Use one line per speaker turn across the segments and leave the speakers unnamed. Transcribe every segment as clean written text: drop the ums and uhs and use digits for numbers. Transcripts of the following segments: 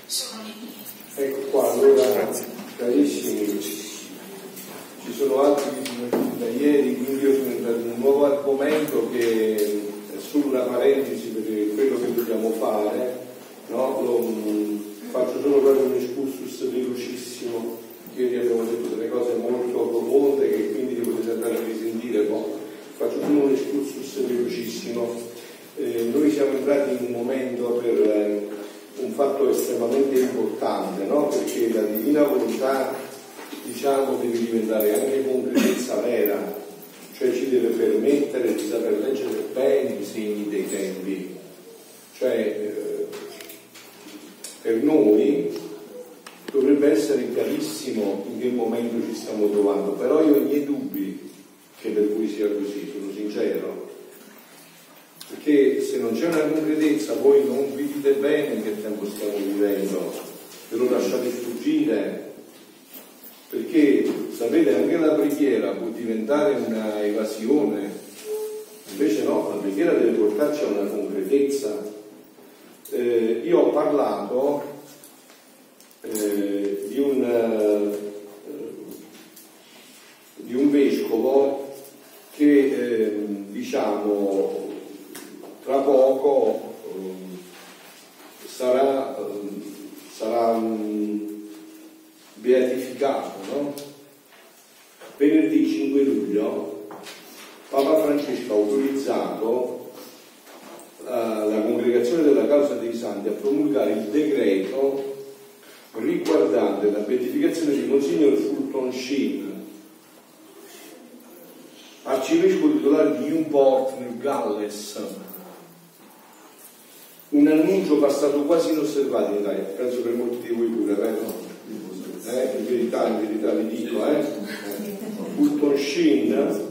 Ecco qua, allora, carissimi, ci sono altri che sono venuti da ieri, quindi io sono entrato in un nuovo argomento che è solo una parentesi per quello che dobbiamo fare, no? Faccio solo proprio un excursus velocissimo. Ieri abbiamo detto delle cose molto profonde che quindi li potete andare a risentire poi. Faccio solo un excursus velocissimo. Noi siamo entrati in un momento per un fatto estremamente importante, no? Perché la divina volontà, diciamo, deve diventare anche concretezza vera, cioè ci deve permettere di saper leggere bene i segni dei tempi. Cioè, per noi dovrebbe essere chiarissimo in che momento ci stiamo trovando, però io ho i miei dubbi che per cui sia così, sono sincero, perché se non c'è una concretezza voi non vidite bene in che tempo stiamo vivendo, ve lo lasciate sfuggire, perché sapete anche la preghiera può diventare una evasione, invece no, la preghiera deve portarci a una concretezza. Io ho parlato di un vescovo che diciamo tra poco sarà beatificato, no? Venerdì 5 luglio Papa Francesco ha autorizzato la Congregazione della Causa dei Santi a promulgare il decreto riguardante la beatificazione di Monsignor Fulton Sheen, arcivescovo titolare di Newport nel Galles. Un annuncio passato quasi inosservato in Italia, penso per molti di voi pure, vero? In verità vi dico, Fulton Sheen,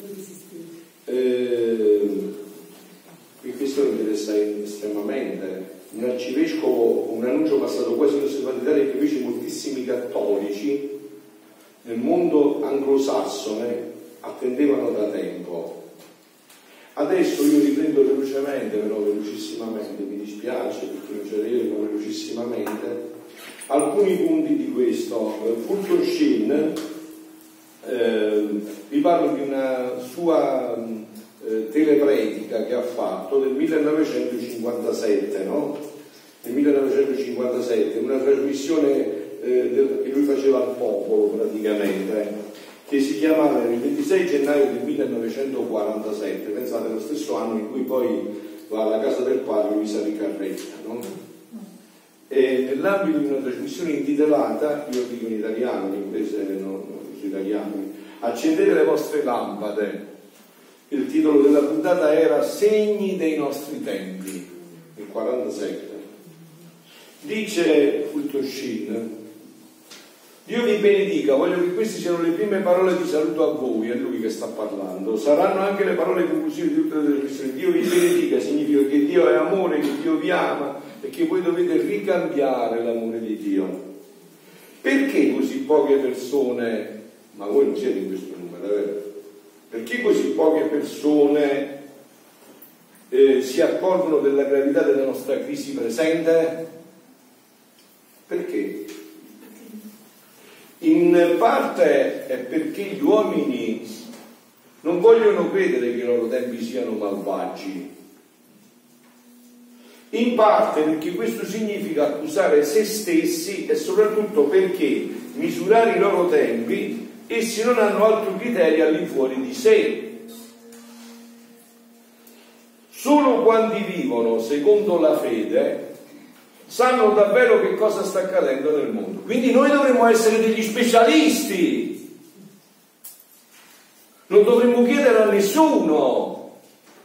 questo mi interessa estremamente. Un arcivescovo, un annuncio passato quasi inosservato in Italia, che invece moltissimi cattolici nel mondo anglosassone attendevano da tempo. Adesso io riprendo velocemente, però velocissimamente, mi dispiace perché non c'era io, ma velocissimamente, alcuni punti di questo. Fulton Sheen, vi parlo di una sua telepretica che ha fatto nel 1957, no? Nel 1957, una trasmissione che lui faceva al popolo praticamente, che si chiamava il 26 gennaio del 1947, pensate, lo stesso anno in cui poi va alla casa del padre Luisa Ricarretta, no? E nell'ambito di una trasmissione intitolata, io dico in italiano, in inglese non so italiani, accendete le vostre lampade. Il titolo della puntata era Segni dei nostri tempi, il 47. Dice Fulton Sheen: Dio vi benedica, voglio che queste siano le prime parole di saluto a voi, è lui che sta parlando, saranno anche le parole conclusive di tutte le trasmissioni. Dio vi benedica significa che Dio è amore, che Dio vi ama e che voi dovete ricambiare l'amore di Dio. Perché così poche persone, ma voi non siete in questo numero, vero? Perché così poche persone si accorgono della gravità della nostra crisi presente? Perché? In parte è perché gli uomini non vogliono credere che i loro tempi siano malvagi. In parte perché questo significa accusare se stessi e soprattutto perché misurare i loro tempi essi non hanno altro criterio all'infuori di sé. Solo quando vivono secondo la fede sanno davvero che cosa sta accadendo nel mondo. Quindi noi dovremmo essere degli specialisti, non dovremmo chiedere a nessuno,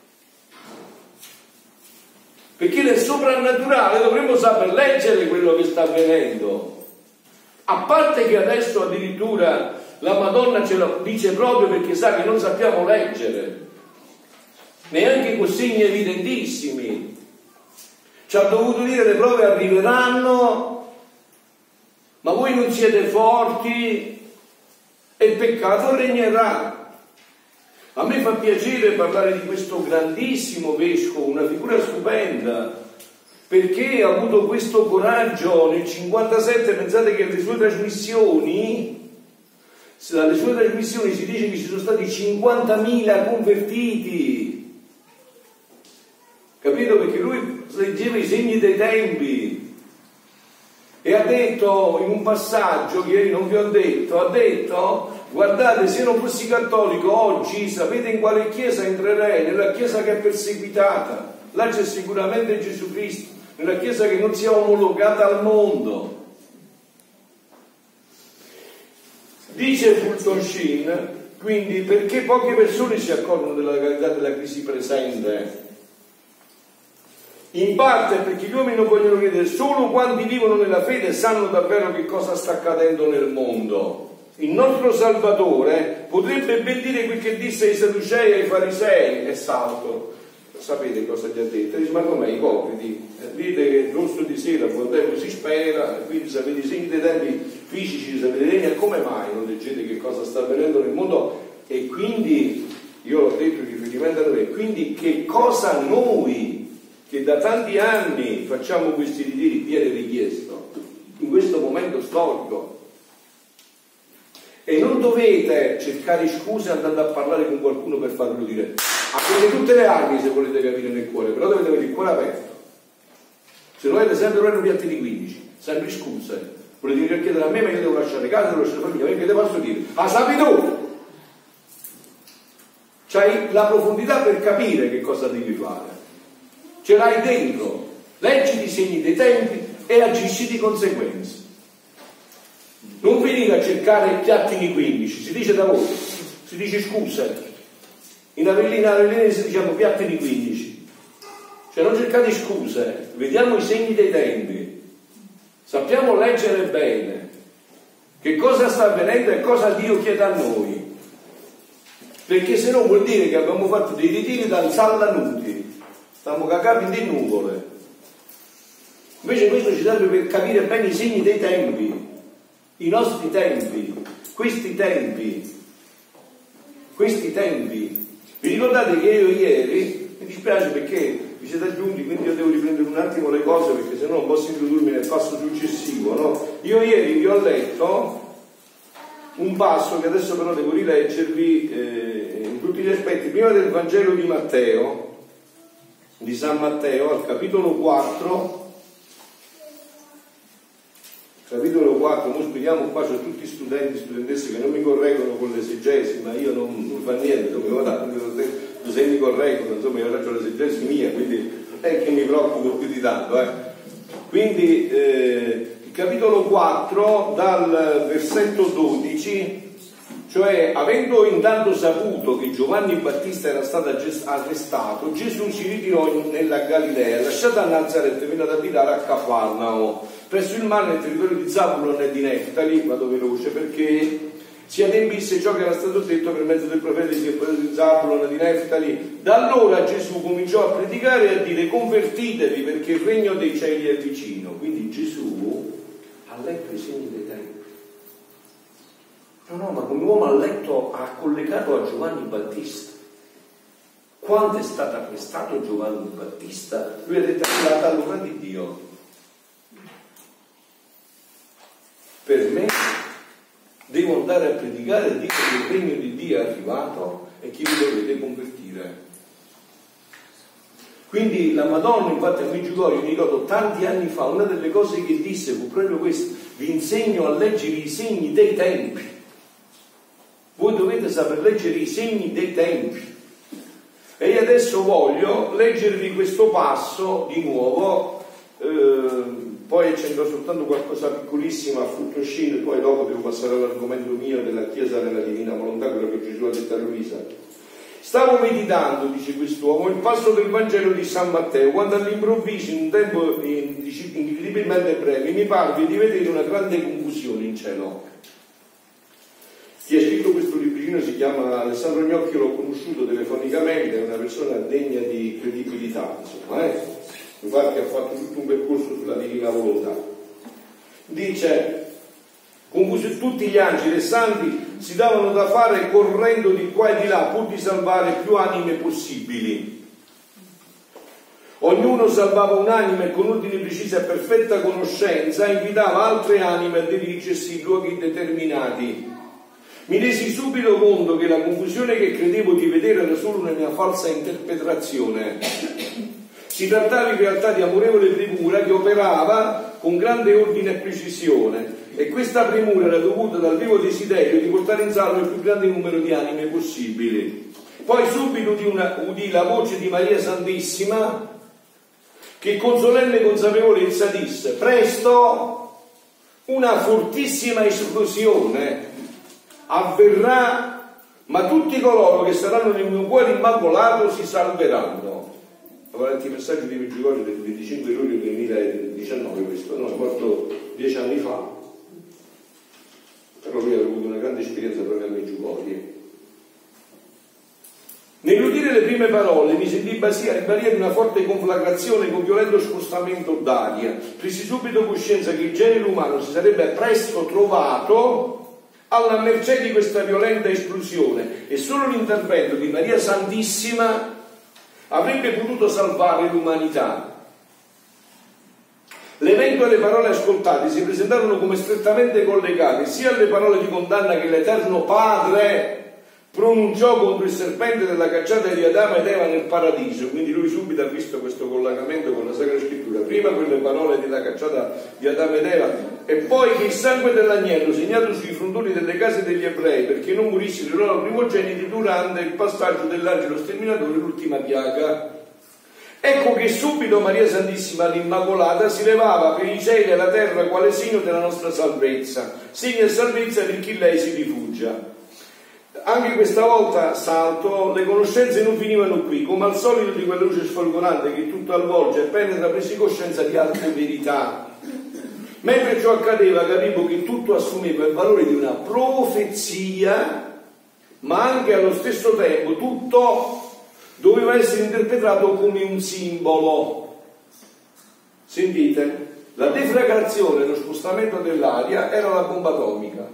perché nel soprannaturale dovremmo saper leggere quello che sta avvenendo. A parte che adesso addirittura la Madonna ce lo dice proprio perché sa che non sappiamo leggere, neanche con segni evidentissimi. Ci ha dovuto dire le prove arriveranno, ma voi non siete forti e il peccato regnerà. A me fa piacere parlare di questo grandissimo vescovo, una figura stupenda, perché ha avuto questo coraggio. Nel 57 pensate che dalle sue trasmissioni si dice che ci sono stati 50.000 convertiti, capito? Perché lui leggeva i segni dei tempi e ha detto in un passaggio che io non vi ho detto, ha detto: guardate, se non fossi cattolico oggi sapete in quale chiesa entrerei? Nella chiesa che è perseguitata. Là c'è sicuramente Gesù Cristo, nella chiesa che non sia omologata al mondo. Dice Fulton Sheen, quindi, perché poche persone si accorgono della gravità della crisi presente? In parte perché gli uomini non vogliono credere, solo quanti vivono nella fede sanno davvero che cosa sta accadendo nel mondo. Il nostro Salvatore potrebbe ben dire quel che disse ai Sadducei e ai Farisei, è salto. Sapete cosa gli ha detto? Dice: ma com'è, ipocriti? Dite che il rosso di sera a buon tempo si spera, quindi sapete i segni dei tempi fisici, sapete i regni, come mai non leggete che cosa sta avvenendo nel mondo? E quindi, io l'ho detto in riferimento a noi, quindi che cosa noi, che da tanti anni facciamo questi ritiri, viene richiesto in questo momento storico? E non dovete cercare scuse andando a parlare con qualcuno per farlo dire. Avete tutte le armi se volete capire nel cuore, però dovete avere il cuore aperto. Se non avete sempre un piatti di 15, sempre scuse. Volete venire a chiedere a me, ma io devo lasciare casa, devo lasciare famiglia, che te posso dire? Ah, sappi tu! C'hai la profondità per capire che cosa devi fare. Ce l'hai dentro. Leggi i segni dei tempi e agisci di conseguenza. Non venire a cercare piatti di 15, si dice da voi, si dice scuse. In avellino diciamo piatti di 15. Cioè non cercate scuse, vediamo i segni dei tempi. Sappiamo leggere bene che cosa sta avvenendo e cosa Dio chiede a noi. Perché se no vuol dire che abbiamo fatto dei ritiri dal sallanuti, stiamo cagati di nuvole. Invece questo ci serve per capire bene i segni dei tempi. I nostri tempi, questi tempi. Vi ricordate che io ieri, mi dispiace perché vi siete aggiunti, quindi io devo riprendere un attimo le cose perché sennò non posso introdurmi nel passo successivo, no? Io ieri vi ho letto un passo che adesso però devo rileggervi in tutti gli aspetti, prima del Vangelo di Matteo, di San Matteo, al capitolo 4. Capitolo 4, noi spieghiamo qua, c'è tutti studenti, studentesse che non mi correggono con l'esegesi, ma io non fa niente, se mi correggono, insomma io faccio l'esegesi mia, quindi è che mi preoccupo più di tanto. Quindi il capitolo 4 dal versetto 12, cioè avendo intanto saputo che Giovanni Battista era stato arrestato, Gesù si ritirò nella Galilea, lasciata a Nazaret, venne ad abitare a Cafarnao, presso il mare nel territorio di Zabulon e di Neftali. Vado veloce perché si adempisse ciò che era stato detto per mezzo del profeta di Zabulon e di Neftali. Da allora Gesù cominciò a predicare e a dire: convertitevi perché il regno dei cieli è vicino. Quindi Gesù ha letto i segni dei tempi. No, ma come uomo ha collegato a Giovanni Battista. Quando è stato arrestato Giovanni Battista, lui ha detto: è arrivata all'ora di Dio. Per me devo andare a predicare e dire che il regno di Dio è arrivato e che vi dovete convertire. Quindi la Madonna, infatti, a Meggiugorio, mi ricordo tanti anni fa, una delle cose che disse fu proprio questa: vi insegno a leggere i segni dei tempi. Voi dovete saper leggere i segni dei tempi. E io adesso voglio leggervi questo passo di nuovo. Poi accendo soltanto qualcosa piccolissima a Fulton Sheen, poi dopo devo passare all'argomento mio della Chiesa nella Divina Volontà, quello che Gesù ha detto a Luisa. Stavo meditando, dice quest'uomo, il passo del Vangelo di San Matteo, quando all'improvviso, in un tempo incredibilmente breve, mi parve di vedere una grande confusione in cielo. Chi ha scritto questo libricino si chiama Alessandro Gnocchi, l'ho conosciuto telefonicamente, è una persona degna di credibilità, insomma, Infatti ha fatto tutto un percorso sulla Divina Volontà. Dice: tutti gli angeli e santi si davano da fare correndo di qua e di là pur di salvare più anime possibili. Ognuno salvava un'anima e con ordini precisi e perfetta conoscenza invitava altre anime a dirigersi in luoghi determinati. Mi resi subito conto che la confusione che credevo di vedere era solo una mia falsa interpretazione. Si trattava in realtà di amorevole premura che operava con grande ordine e precisione, e questa premura era dovuta dal vivo desiderio di portare in salvo il più grande numero di anime possibili. Poi subito udì la voce di Maria Santissima che con solenne consapevolezza disse: presto una fortissima esplosione avverrà, ma tutti coloro che saranno nel mio cuore immacolato si salveranno. Il messaggio di Meggiugorio del 25 luglio 2019, questo, no? È morto 10 anni fa, però lui aveva avuto una grande esperienza proprio a Meggiugorio. Nell'udire le prime parole mi sentì Maria di una forte conflagrazione con violento spostamento d'aria. Presi subito coscienza che il genere umano si sarebbe presto trovato alla mercé di questa violenta esplosione e solo l'intervento di Maria Santissima avrebbe potuto salvare l'umanità. L'evento e le parole ascoltate si presentarono come strettamente collegate sia alle parole di condanna che l'Eterno Padre pronunciò contro il serpente della cacciata di Adamo ed Eva nel paradiso. Quindi lui subito ha visto questo collegamento con la Sacra Scrittura, prima quelle parole della cacciata di Adamo ed Eva e poi che il sangue dell'agnello segnato sui frontoni delle case degli ebrei perché non morissero i loro primogeniti durante il passaggio dell'angelo sterminatore, l'ultima piaga. Ecco che subito Maria Santissima l'Immacolata si levava per i cieli e la terra quale segno della nostra salvezza, segno e salvezza per chi lei si rifugia. Anche questa volta, salto, le conoscenze non finivano qui, come al solito di quella luce sfolgorante che tutto avvolge e penetra, presi coscienza di altre verità. Mentre ciò accadeva capivo che tutto assumeva il valore di una profezia, ma anche allo stesso tempo tutto doveva essere interpretato come un simbolo. Sentite? La deflagrazione, lo spostamento dell'aria era la bomba atomica.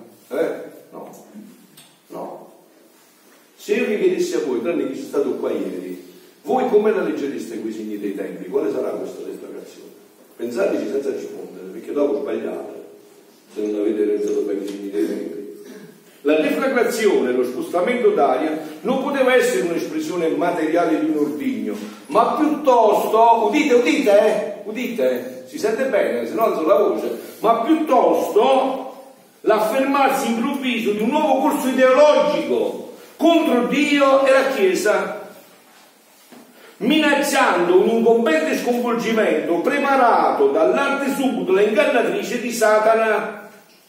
No. Se io vi chiedessi a voi, tranne chi è stato qua ieri, voi come la leggereste quei segni dei tempi? Quale sarà questa deflagrazione? Pensateci senza rispondere, perché dopo sbagliate se non avete realizzato bene i segni dei tempi. La deflagrazione, lo spostamento d'aria, non poteva essere un'espressione materiale di un ordigno, ma piuttosto, udite, si sente bene, se no alzo la voce, ma piuttosto l'affermarsi improvviso di un nuovo corso ideologico contro Dio e la Chiesa, minacciando un incombente sconvolgimento preparato dall'arte subdola e ingannatrice di Satana.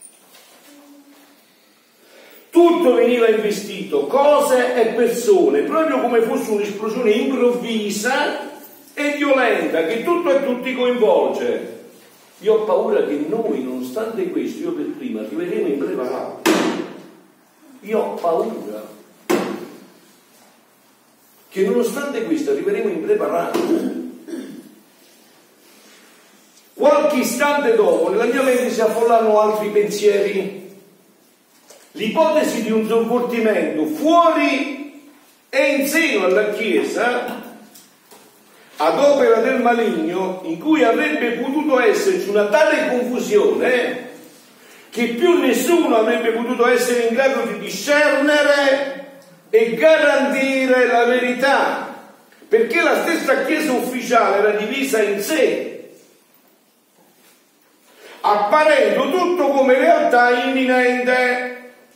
Tutto veniva investito, cose e persone, proprio come fosse un'esplosione improvvisa e violenta che tutto e tutti coinvolge. Io ho paura che noi, nonostante questo, io per prima, arriveremo impreparati. Io ho paura che nonostante questo arriveremo impreparati. Qualche istante dopo nella mia mente si affollarono altri pensieri. L'ipotesi di un sovvertimento fuori e in seno alla Chiesa ad opera del maligno, in cui avrebbe potuto esserci una tale confusione che più nessuno avrebbe potuto essere in grado di discernere e garantire la verità, perché la stessa Chiesa ufficiale era divisa in sé, apparendo tutto come realtà imminente.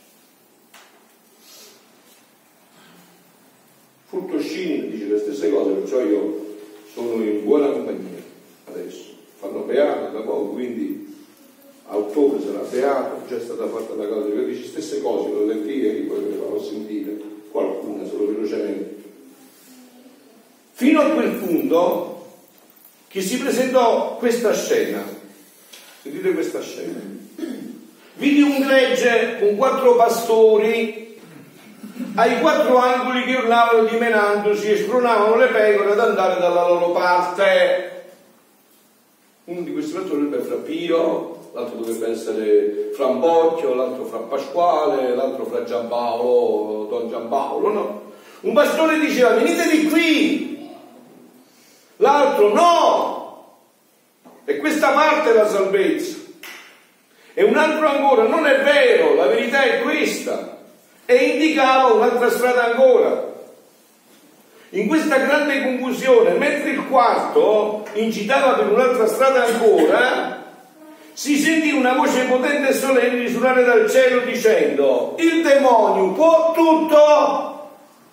Furtoscini dice le stesse cose, perciò io sono in buona compagnia adesso. Fanno beato da poco, quindi a ottobre sarà beato, già è stata fatta la cosa, io dice stesse cose, le ho lette ieri, poi ve le farò sentire qualcuna solo velocemente. Fino a quel punto che si presentò questa scena. Sentite questa scena. Vidi un gregge con 4 pastori ai 4 angoli che urlavano dimenandosi e spronavano le pecore ad andare dalla loro parte. Uno di questi pastori dovrebbe fra Pio, l'altro dovrebbe essere fra Ambocchio, l'altro fra Pasquale, l'altro fra Giampaolo, Don Giampaolo, no? Un pastore diceva venite di qui, l'altro l'altro no. E questa parte è la salvezza. E un altro ancora, non è vero, la verità è questa. E indicava un'altra strada ancora. In questa grande confusione, mentre il quarto incitava per un'altra strada ancora, si sentì una voce potente e solenne risuonare dal cielo dicendo: il demonio può tutto.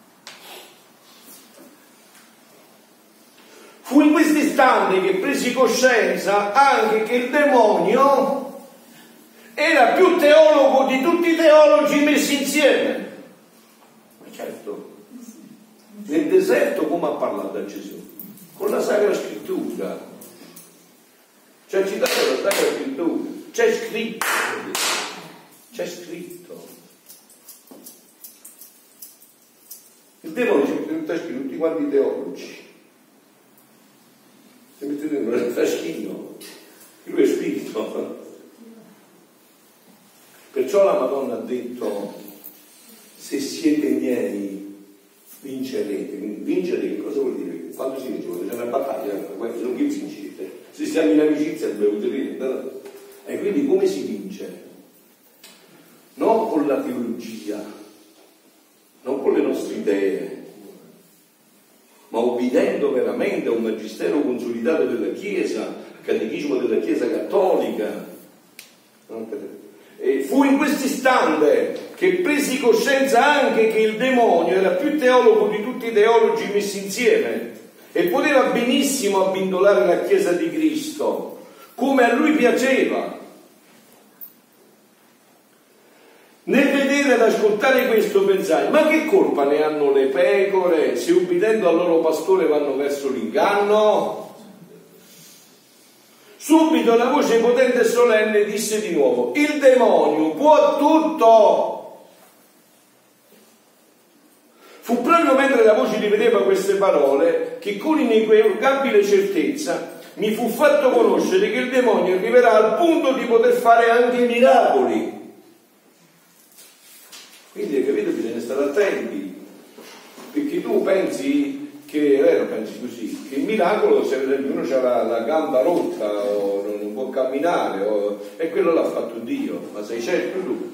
Fu in questo istante che presi coscienza anche che il demonio era più teologo di tutti i teologi messi insieme. Ma certo, nel deserto come ha parlato a Gesù? Con la Sacra Scrittura. Ci ha citato la Sacra Scrittura. C'è scritto. C'è scritto. Il demonio ci mette nel taschino tutti quanti i teologi. Si mette dentro nel taschino. Lui è spirito. Perciò la Madonna ha detto: se siete miei vincerete. Vincere che cosa vuol dire? Quando si vince? Quando c'è una battaglia, non che vincete. Se siamo in amicizia dobbiamo dire. E quindi come si vince? Non con la teologia, non con le nostre idee, ma obbedendo veramente a un magistero consolidato della Chiesa, al catechismo della Chiesa cattolica. E fu in questo istante che presi coscienza anche che il demonio era più teologo di tutti i teologi messi insieme e poteva benissimo abbindolare la Chiesa di Cristo come a lui piaceva. Nel vedere ed ascoltare questo pensai: ma che colpa ne hanno le pecore se ubbidendo al loro pastore vanno verso l'inganno? Subito la voce potente e solenne disse di nuovo: il demonio può tutto. Fu proprio mentre la voce ripeteva queste parole che con inequivocabile certezza mi fu fatto conoscere che il demonio arriverà al punto di poter fare anche i miracoli. Quindi, capito, bisogna stare attenti, perché tu pensi che, è vero, pensi così, che il miracolo, se uno ha la gamba rotta o non può camminare, e quello l'ha fatto Dio, ma sei certo tu?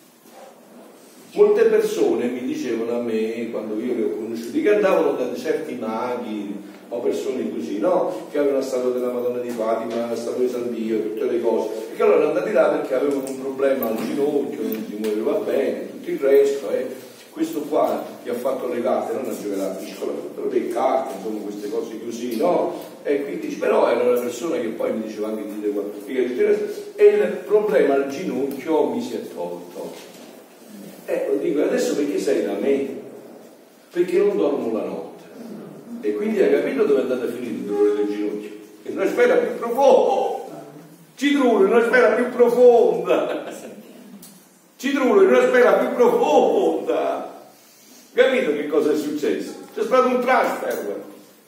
Molte persone mi dicevano a me, quando io li ho conosciuti, che andavano da certi maghi o persone così, no? Che avevano la statua della Madonna di Fatima, la statua di San Dio, tutte le cose, e che allora erano andati là perché avevano un problema al ginocchio, non si muoveva bene, tutto il resto, questo qua che ha fatto le carte non ha giocato a piscola, le carte, insomma, queste cose così, no? E quindi, però era una persona che poi mi diceva anche dite quattro, e il problema al ginocchio mi si è tolto. Lo dico, adesso perché sei da me? Perché non dormo la notte. E quindi hai capito dove è andato a finire il dolore del ginocchio? È una sfera più profonda. Ci trullo in una sfera più profonda. Ci trullo in una sfera più profonda. Capito che cosa è successo? C'è stato un transfer.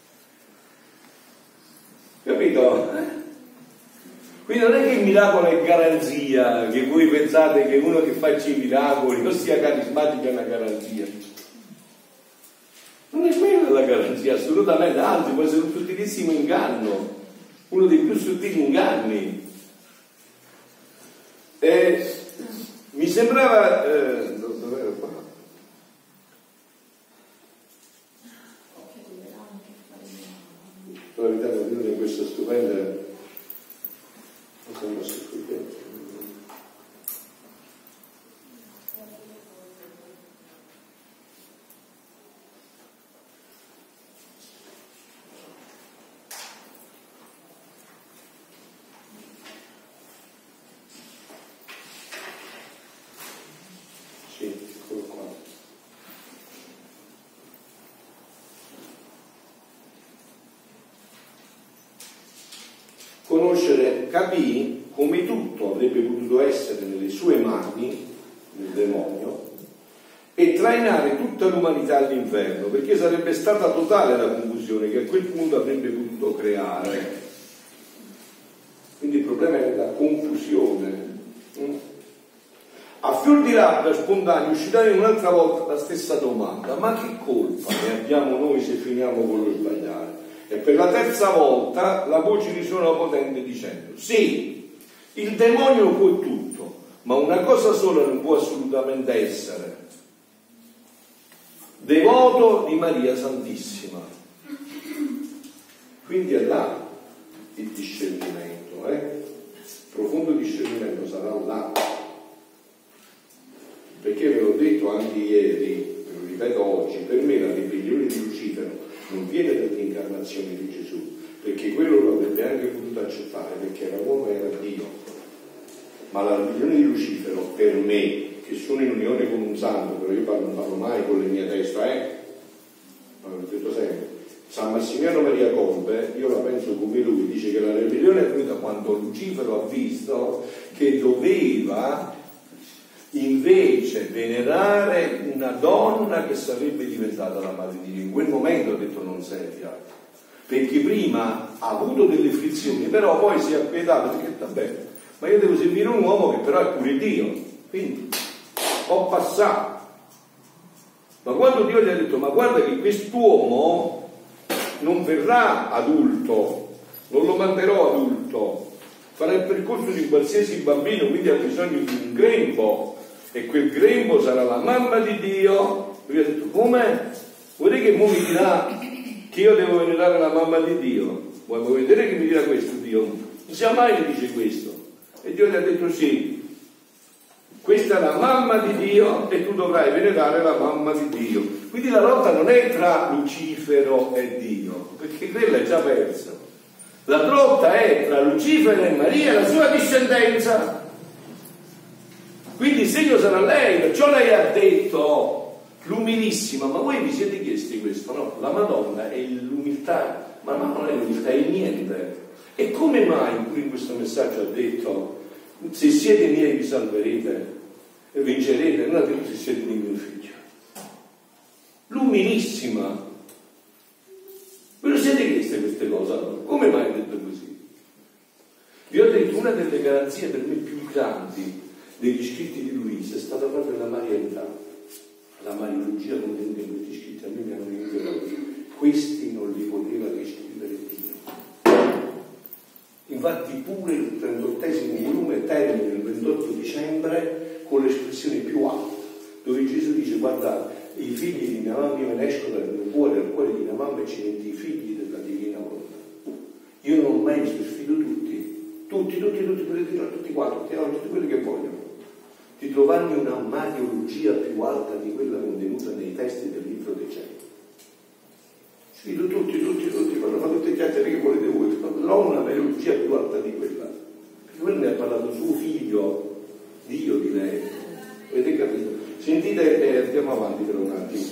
Capito? Quindi non è che il miracolo è garanzia, che voi pensate che uno che faccia i miracoli non sia carismatico è una garanzia. Non è quella la garanzia, assolutamente, anzi può essere un sottilissimo inganno, uno dei più sottili inganni. Mi sembrava... dov'era qua? La verità è che questa stupenda... Sì, eccolo qua. Conoscere, capì come tutto avrebbe potuto essere nelle sue mani, del demonio, e trainare tutta l'umanità all'inferno, perché sarebbe stata totale la confusione che a quel punto avrebbe potuto creare. Quindi il problema è la confusione. A fior di labbra spontaneo uscirà un'altra volta la stessa domanda: ma che colpa ne abbiamo noi se finiamo con lo sbagliare? E per la terza volta la voce risuona potente dicendo: sì, il demonio può tutto, ma una cosa sola non può assolutamente essere: devoto di Maria Santissima. Quindi è là il discernimento, profondo discernimento sarà là. Perché ve l'ho detto anche ieri, ve lo ripeto oggi, per me la ribellione di Lucifero non viene dall'incarnazione di Gesù, perché quello lo avrebbe anche potuto accettare, perché era uomo e era Dio. Ma la ribellione di Lucifero, per me, che sono in unione con un santo, però io non parlo mai con le mie testa, ma l'ho detto sempre, San Massimiliano Maria Colbe, io la penso come lui, dice che la ribellione è venuta quando Lucifero ha visto che doveva invece venerare una donna che sarebbe diventata la madre di Dio. In quel momento ha detto: non senti altro, perché prima ha avuto delle frizioni, però poi si è acquietato, perché vabbè, ma io devo servire un uomo che però è pure Dio, quindi ho passato. Ma quando Dio gli ha detto: ma guarda che quest'uomo non verrà adulto, non lo manderò adulto, farà il percorso di qualsiasi bambino, quindi ha bisogno di un grembo, e quel grembo sarà la mamma di Dio. Lui ha detto: come? Vuol dire che mo mi dirà che io devo venerare la mamma di Dio? Vuoi vedere che mi dirà questo Dio? Non sia mai mi dice questo. E Dio gli ha detto: sì, questa è la mamma di Dio e tu dovrai venerare la mamma di Dio. Quindi la lotta non è tra Lucifero e Dio, perché quella è già persa. La lotta è tra Lucifero e Maria e la sua discendenza. Quindi il segno sarà lei, perciò lei ha detto, l'umilissima. Ma voi vi siete chiesti questo? No? La Madonna è l'umiltà, ma non è l'umiltà, è il niente. E come mai pure in questo messaggio ha detto: se siete miei vi salverete e vincerete? Non ha detto: se siete di mio figlio. L'umilissima. Ve lo siete chieste queste cose? Allora? Come mai ha detto così? Vi ho detto, una delle garanzie per me più grandi degli scritti di Luisa è stata proprio la marianità, la mariologia contenuta in questi scritti. A me mi hanno inviato: questi non li poteva descrivere Dio. Infatti pure il 38° volume termina il 28 dicembre con l'espressione più alta, dove Gesù dice: guardate, i figli di mia mamma me ne escono dal mio cuore, al cuore di mia mamma, e ci metti i figli della divina volontà. Io non ho mai sfido tutti quanti, tutti quelli che vogliono, di trovarmi una mariologia più alta di quella contenuta nei testi del libro dei cieli. Sfido tutti, quando fate tutte le chiacchiere che volete voi, ma trovo una mariologia più alta di quella, perché quello ne ha parlato suo figlio, Dio di lei. Avete capito? Sentite e andiamo avanti per un attimo.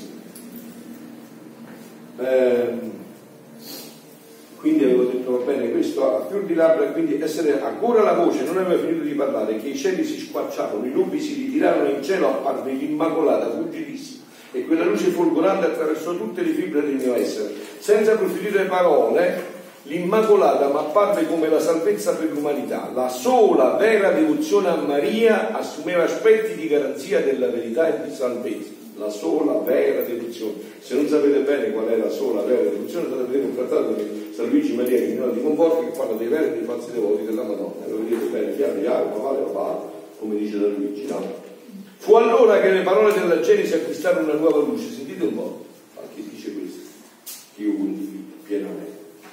Quindi avevo detto: va bene, questo a fior di labbra, quindi essere ancora la voce non aveva finito di parlare, che i cieli si squarciarono, i nubi si ritirarono, in cielo apparve l'Immacolata fuggitissima, e quella luce folgorante attraversò tutte le fibre del mio essere. Senza proferire parole, l'Immacolata mi apparve come la salvezza per l'umanità. La sola vera devozione a Maria assumeva aspetti di garanzia della verità e di salvezza. La sola vera devozione. Se non sapete bene qual è la sola vera devozione, state vedendo un trattato di San Luigi Maria Ignora di Conforti che parla dei veri e dei falsi devoti della Madonna. Lo vedete bene, piano, come dice San Luigi, no? Fu allora che le parole della Genesi acquistarono una nuova luce. Sentite un po', che dice questo, che io condivido pienamente.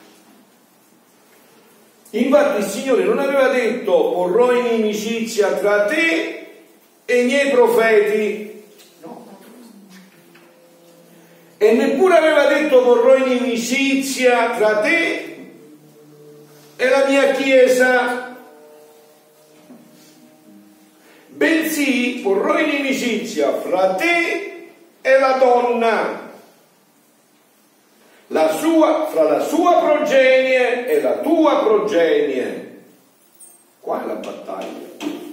Infatti il Signore non aveva detto: porrò inimicizia tra te e i miei profeti. E neppure aveva detto: porrò inimicizia tra te e la mia Chiesa, bensì porrò inimicizia fra te e la donna, fra la sua progenie e la tua progenie. Qua è la battaglia.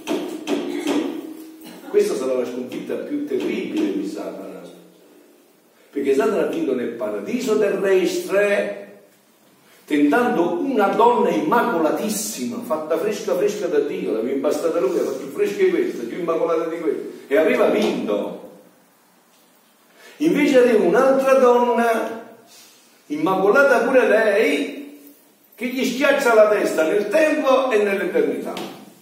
Questa sarà la sconfitta più terribile di Satana, perché Satana ha vinto nel paradiso terrestre tentando una donna immacolatissima, fatta fresca da Dio, l'aveva impastata lui, ha fatto più fresca di questa, più immacolata di questa, e aveva vinto. Invece aveva un'altra donna immacolata pure lei, che gli schiaccia la testa nel tempo e nell'eternità.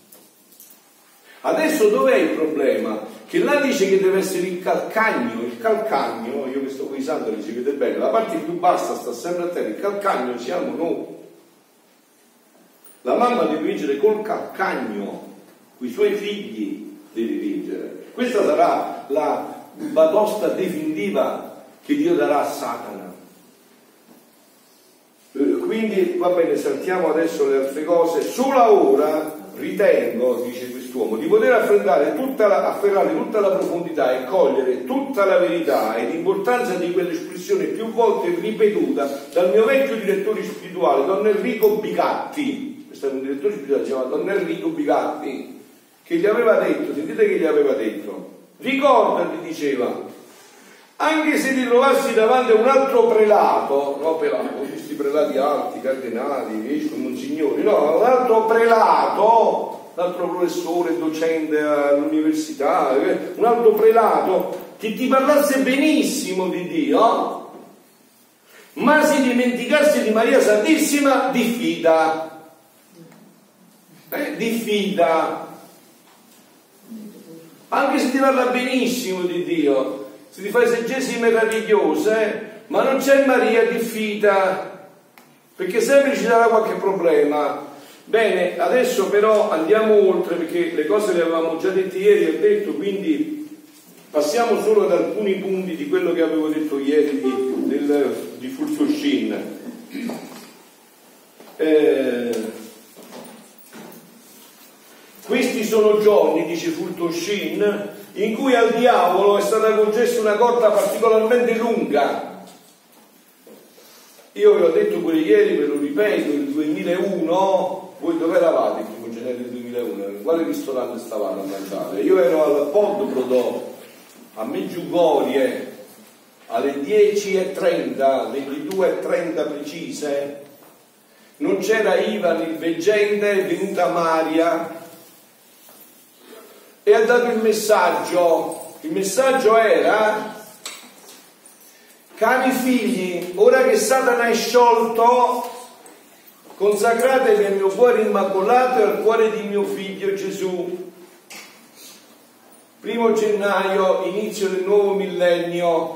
Adesso dov'è il problema? Che là dice che deve essere il calcagno, io che sto guisando dice che è bello, la parte più bassa sta sempre a terra, il calcagno siamo noi. La mamma deve vincere col calcagno, con i suoi figli deve vincere. Questa sarà la batosta definitiva che Dio darà a Satana. Quindi va bene, saltiamo adesso le altre cose. Sola ora ritengo, dice quest'uomo, di poter afferrare tutta la profondità e cogliere tutta la verità e l'importanza di quell'espressione più volte ripetuta dal mio vecchio direttore spirituale, Don Enrico Bigatti. Questo è un direttore spirituale, si chiama Don Enrico Bigatti, che gli aveva detto, sentite che gli aveva detto, ricordati, diceva, anche se ti trovassi davanti a un altro prelato, no, questi prelati alti, cardinali, vescovi, monsignori, no, un altro prelato, un altro professore, docente all'università, un altro prelato che ti parlasse benissimo di Dio, ma si dimenticasse di Maria Santissima, diffida. Diffida. Anche se ti parla benissimo di Dio, se ti fa esegesi meravigliose, ma non c'è Maria, diffida, perché sempre ci sarà qualche problema. Bene, adesso però andiamo oltre, perché le cose le avevamo già dette ieri, ho detto, quindi passiamo solo ad alcuni punti di quello che avevo detto ieri di Fulto Shin. Questi sono giorni, dice Fulto Shin, in cui al diavolo è stata concessa una corda particolarmente lunga. Io vi ho detto pure ieri, ve lo ripeto, il 2001, voi dove eravate il 1 gennaio del 2001? In quale ristorante stavate a mangiare? Io ero al Pod Prodò, a Meggiugorie, alle 10:30, 22:30 precise. Non c'era Ivan il veggente, è venuta Maria e ha dato il messaggio era: cari figli, ora che Satana è sciolto, consacratevi al mio cuore immacolato e al cuore di mio figlio Gesù. 1 gennaio, inizio del nuovo millennio.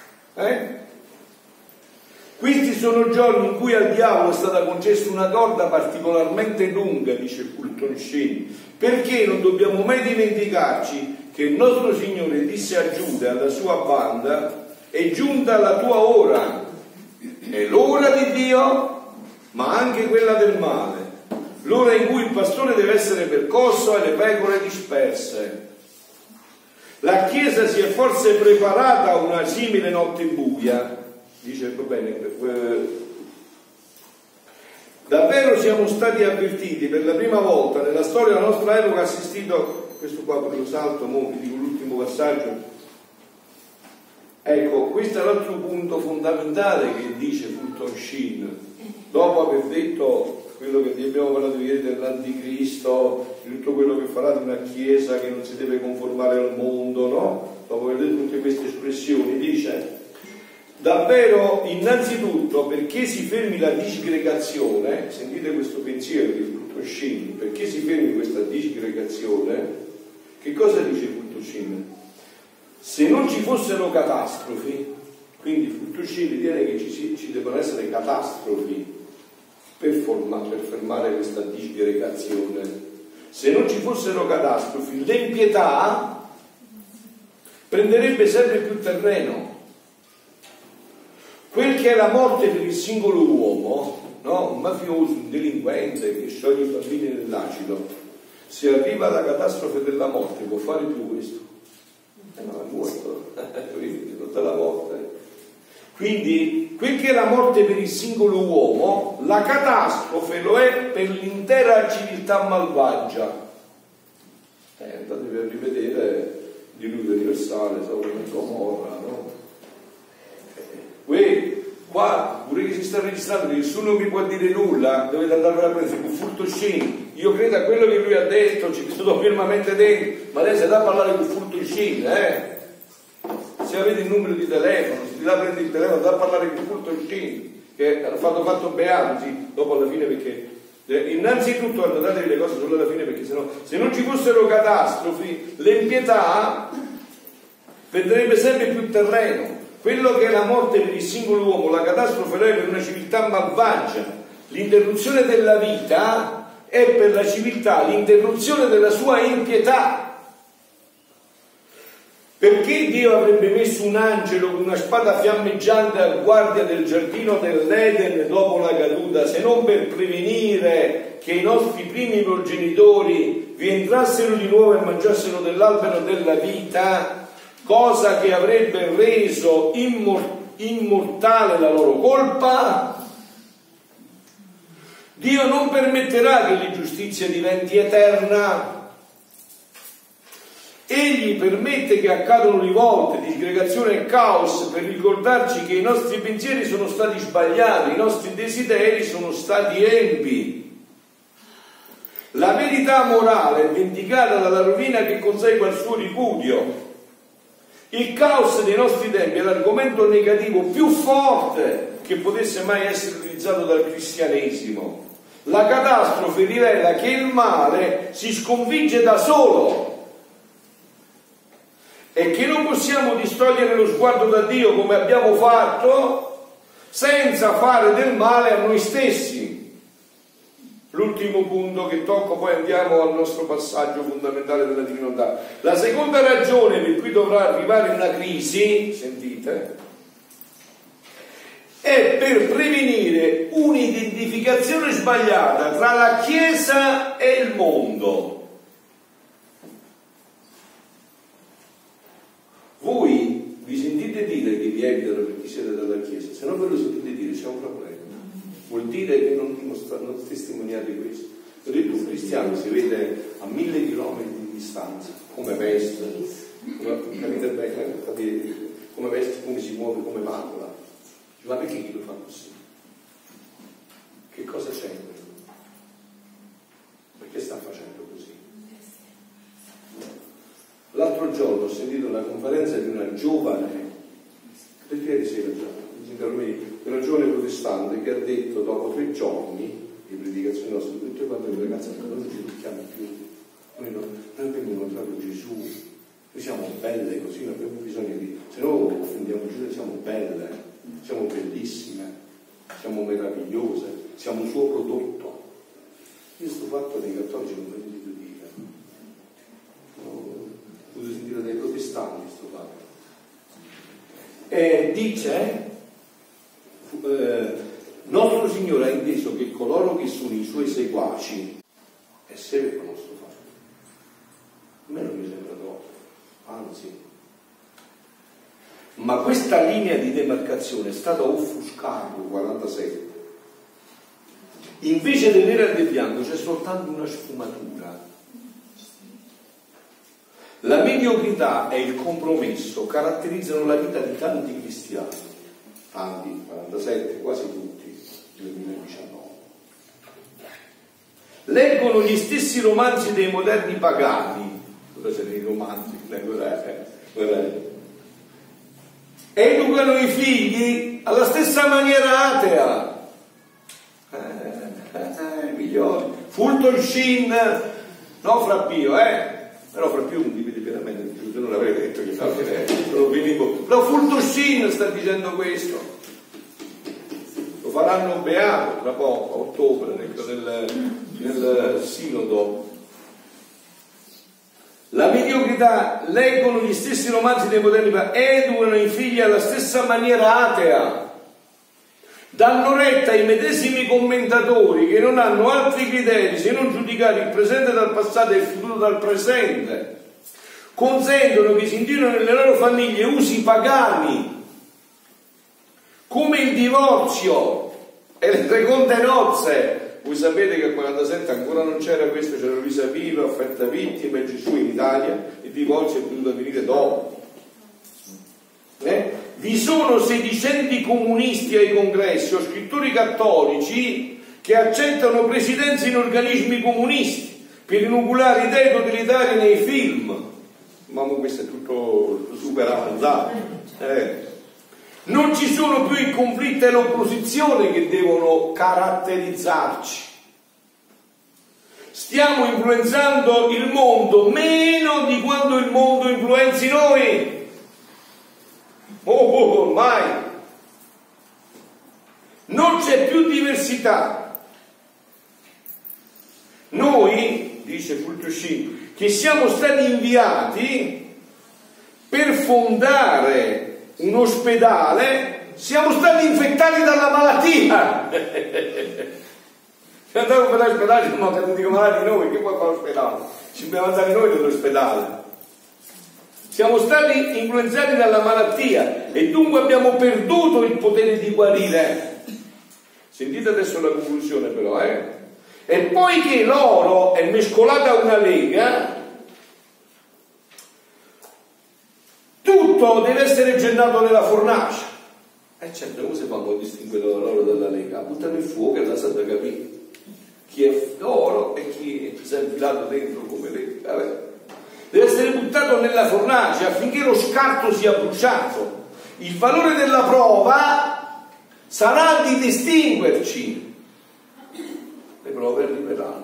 Questi sono giorni in cui al diavolo è stata concessa una corda particolarmente lunga, dice Fulton Sheen, perché non dobbiamo mai dimenticarci che il nostro Signore disse a Giuda e alla sua banda: è giunta la tua ora, è l'ora di Dio, ma anche quella del male, l'ora in cui il pastore deve essere percosso e le pecore disperse. La Chiesa si è forse preparata a una simile notte buia. Dice, va bene, davvero siamo stati avvertiti per la prima volta nella storia della nostra epoca, assistito, questo qua per lo salto, vi dico l'ultimo passaggio. Ecco, questo è l'altro punto fondamentale che dice Fulton Sheen, dopo aver detto quello che abbiamo parlato ieri dell'anticristo, di tutto quello che farà di una Chiesa che non si deve conformare al mondo, no? Dopo aver detto tutte queste espressioni, dice: davvero, innanzitutto, perché si fermi la disgregazione, sentite questo pensiero di Fulton Sheen, perché si fermi questa disgregazione, che cosa dice Fulton Sheen? Se non ci fossero catastrofi, quindi Fulton Sheen ritiene che ci devono essere catastrofi per fermare questa disgregazione. Se non ci fossero catastrofi, l'impietà prenderebbe sempre più terreno. Quel che è la morte per il singolo uomo, no? Un mafioso, un delinquente che scioglie i bambini nell'acido, se arriva alla catastrofe della morte può fare più questo? No, è morto, tutta la morte. Quindi quel che è la morte per il singolo uomo, la catastrofe lo è per l'intera civiltà malvagia. Andatevi a rivedere Diluvio universale, Sodoma e Gomorra, no? Qua pure che si sta registrando, nessuno mi può dire nulla, dovete andare a prendere con Fulton Sheen. Io credo a quello che lui ha detto, ci sto fermamente dentro, ma lei si dà a parlare con Fulton Sheen, se avete il numero di telefono, si dà a prendere il telefono, da a parlare con Fulton Sheen. che hanno fatto beato, sì, dopo alla fine, perché innanzitutto annotatevi le cose solo alla fine, perché sennò, se non ci fossero catastrofi, l'impietà prenderebbe sempre più terreno. Quello che è la morte per il singolo uomo, la catastrofe è per una civiltà malvagia, l'interruzione della vita è per la civiltà l'interruzione della sua impietà. Perché Dio avrebbe messo un angelo con una spada fiammeggiante a guardia del giardino dell'Eden dopo la caduta, se non per prevenire che i nostri primi progenitori vi entrassero di nuovo e mangiassero dell'albero della vita, cosa che avrebbe reso immortale la loro colpa? Dio non permetterà che l'ingiustizia diventi eterna. Egli permette che accadano rivolte, disgregazione e caos per ricordarci che i nostri pensieri sono stati sbagliati, i nostri desideri sono stati empi. La verità morale è vendicata dalla rovina che consegue al suo ripudio. Il caos dei nostri tempi è l'argomento negativo più forte che potesse mai essere utilizzato dal cristianesimo. La catastrofe rivela che il male si sconfigge da solo e che non possiamo distogliere lo sguardo da Dio come abbiamo fatto senza fare del male a noi stessi. L'ultimo punto che tocco, poi andiamo al nostro passaggio fondamentale della divinità. La seconda ragione per cui dovrà arrivare una crisi, sentite, è per prevenire un'identificazione sbagliata tra la Chiesa e il mondo. Voi vi sentite dire che vi evitano perché siete dalla Chiesa, se non ve lo sentite dire c'è un problema. Vuol dire che non testimoniate questo. Vedete, un cristiano si vede a 1000 chilometri di distanza, come veste, capite bene, come veste, come si muove, come parla. Ma perché chi lo fa così? Che cosa c'è in quello? Perché sta facendo così? L'altro giorno ho sentito una conferenza di una giovane, perché ieri sera una giovane protestante che ha detto dopo 3 giorni di predicazione nostra, tutte quante le ragazze, noi non ci tocchiamo più, noi abbiamo incontrato Gesù, noi siamo belle così, non abbiamo bisogno di, se no offendiamo Gesù, siamo belle, siamo bellissime, siamo meravigliose, siamo un suo prodotto. Io sto fatto dei cattolici non ho sentito dire, ho potuto sentire dai protestanti sto fatto. E dice nostro Signore ha inteso che coloro che sono i suoi seguaci è severo nostro fatto. A me non mi sembra troppo, anzi, ma questa linea di demarcazione è stata offuscata nel 47. Invece del nero e del bianco c'è soltanto una sfumatura. La mediocrità e il compromesso caratterizzano la vita di tanti cristiani, tanti, 47, quasi tutti, nel 2019. Leggono gli stessi romanzi dei moderni pagani, cosa sono i romanzi? Educano i figli alla stessa maniera atea. Migliori. Fulton Sheen, no fra Pio, però fra Pio non divide pienamente, se non l'avrei detto che non lo venivo. Però Fulton Sheen sta dicendo questo. Lo faranno beato tra poco, a ottobre, nel sinodo. La mediocrità, leggono gli stessi romanzi dei moderni, educano i figli alla stessa maniera atea, danno retta ai medesimi commentatori che non hanno altri criteri se non giudicare il presente dal passato e il futuro dal presente, consentono che si introducano nelle loro famiglie usi pagani come il divorzio e le seconde nozze. Voi sapete che al 47 ancora non c'era questo, c'era Luisa Viva, offerta vittime, Gesù in Italia, il divorzio è dovuto venire dopo. Vi sono sedicenti comunisti ai congressi o scrittori cattolici che accettano presidenze in organismi comunisti per inoculare idee totalitarie nei film. Ma questo è tutto super avanzato. Non ci sono più il conflitto e l'opposizione che devono caratterizzarci. Stiamo influenzando il mondo meno di quando il mondo influenzi noi. Ormai non c'è più diversità. Noi, dice Fultruscino, che siamo stati inviati per fondare un ospedale, siamo stati infettati dalla malattia. Se andiamo per l'ospedale siamo caduti malati noi, che puoi fare l'ospedale? Ci dobbiamo andare noi nell'ospedale. Siamo stati influenzati dalla malattia e dunque abbiamo perduto il potere di guarire. Sentite adesso la conclusione però, E poiché l'oro è mescolato a una lega, tutto deve essere gettato nella fornace. Certo, come si fa a distinguere l'oro dalla lega? Buttano in fuoco e lasciate capire chi è oro e chi si è infilato dentro come lega. Deve essere buttato nella fornace affinché lo scarto sia bruciato. Il valore della prova sarà di distinguerci. Le prove arriveranno.